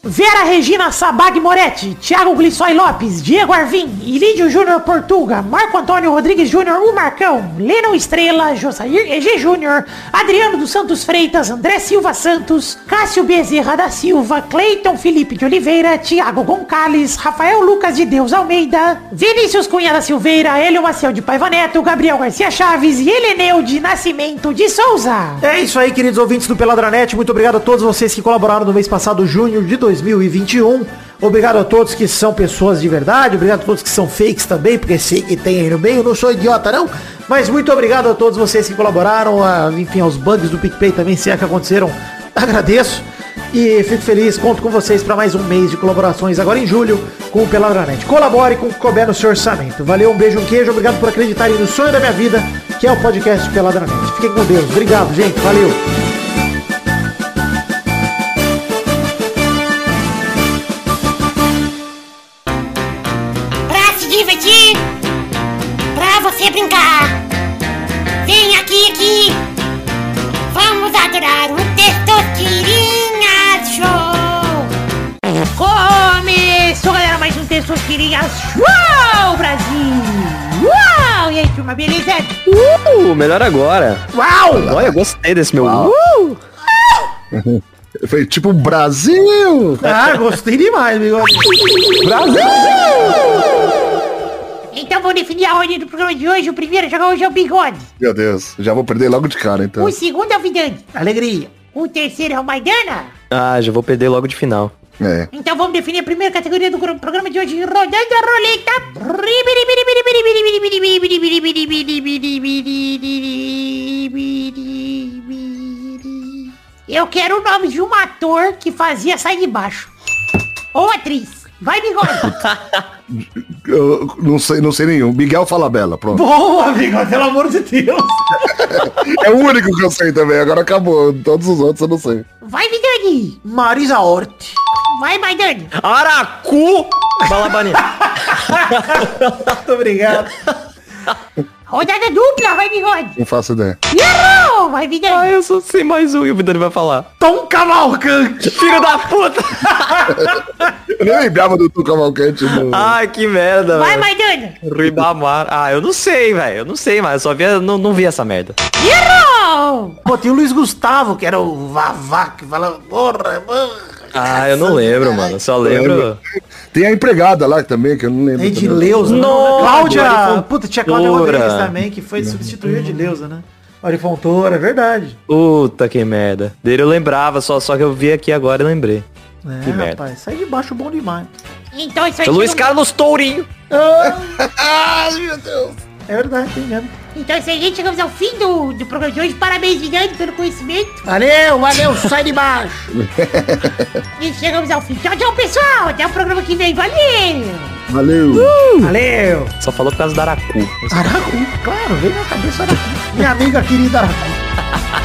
Vera Regina Sabag Moretti, Thiago Glissói Lopes, Diego Arvim, Ilídio Júnior Portuga, Marco Antônio Rodrigues Júnior, o Marcão, Leno Estrela, Josair E G Júnior, Adriano dos Santos Freitas, André Silva Santos, Cássio Bezerra da Silva, Cleiton Felipe de Oliveira, Thiago Goncalves, Rafael Lucas de Deus Almeida, Vinícius Cunha da Silveira, Hélio Maciel de Paiva Neto, Gabriel Garcia Chaves e Heleneu de Nascimento de Souza. É isso aí, queridos ouvintes do Peladranet, muito obrigado a todos vocês que colaboraram no mês passado, junho de dois mil e vinte e um. Obrigado a todos que são pessoas de verdade, obrigado a todos que são fakes também, porque sei que tem aí no meio, não sou idiota não, mas muito obrigado a todos vocês que colaboraram, a, enfim, aos bugs do PicPay também, se é que aconteceram, agradeço e fico feliz, conto com vocês para mais um mês de colaborações agora em julho com o Peladranet. Colabore com o que couber no seu orçamento. Valeu, um beijo, um queijo, obrigado por acreditarem no sonho da minha vida, que é o podcast Peladranet. Fiquem com Deus, obrigado, gente, valeu. Divertir, pra você brincar. Vem aqui, aqui. Vamos adorar o Testosterinha Show. Começou, galera, mais um Testosterinha Show, Brasil. Uau! E aí, turma, beleza? Uh, melhor agora. Uau! Olha, eu gostei desse meu. Uau. Uh! Foi tipo Brasil. Ah, gostei demais, bigode. Brasil! Então vou definir a ordem do programa de hoje. O primeiro a jogar hoje é o Bigode. Meu Deus, já vou perder logo de cara, então. O segundo é o Vidante. Alegria. O terceiro é o Maidana. Ah, já vou perder logo de final. É. Então vamos definir a primeira categoria do programa de hoje, rodando a roleta. Eu quero o nome de um ator que fazia Sai de Baixo. Ou atriz. Vai, Bigode. Eu não sei, não sei nenhum. Miguel Falabella, pronto. Boa, Bigode, pelo amor de Deus. É o único que eu sei também, agora acabou. Todos os outros eu não sei. Vai, Vidani. Marisa Hort. Vai, Maidani. Aracu! Balabaninha. Muito obrigado. Rodada dupla, vai, Bigode. Não faço ideia. Errou! Vai, Vidani. Ah, eu só sei mais um e o Vidani vai falar. Tom Cavalcante. Filho da puta! Eu nem lembrava do Tom Cavalcante. No... Ai, que merda, Vai, velho. Maidana. Ribamar. Ah, eu não sei, velho. Eu não sei, mas eu só vi, não, não vi essa merda. Errou! Pô, tem o Luiz Gustavo, que era o Vavá, que fala, porra, porra. Ah, eu não lembro, mano. Eu só lembro. Tem a empregada lá também, que eu não lembro. Edileuza. Não, Cláudia. Fontoura. Puta, tinha Cláudia Rodrigues também, que foi substituir a Edileuza, né? Olha, Fontoura, é verdade. Puta que merda. Dele eu lembrava, só, só que eu vi aqui agora e lembrei. É, Que merda. rapaz, sai de baixo bom demais. Então isso aí. Luiz chegamos- Carlos Tourinho. Ai, meu Deus. É verdade, tem mesmo. Então isso aí, gente. Chegamos ao fim do, do programa de hoje. Parabéns, Vidani, pelo conhecimento. Valeu, valeu, sai de baixo. E chegamos ao fim. Tchau, tchau, pessoal. Até o programa que vem. Valeu! Valeu. Valeu. Só falou por causa da Aracu. Aracu, claro, veio na cabeça Aracu. Minha amiga querida Aracu.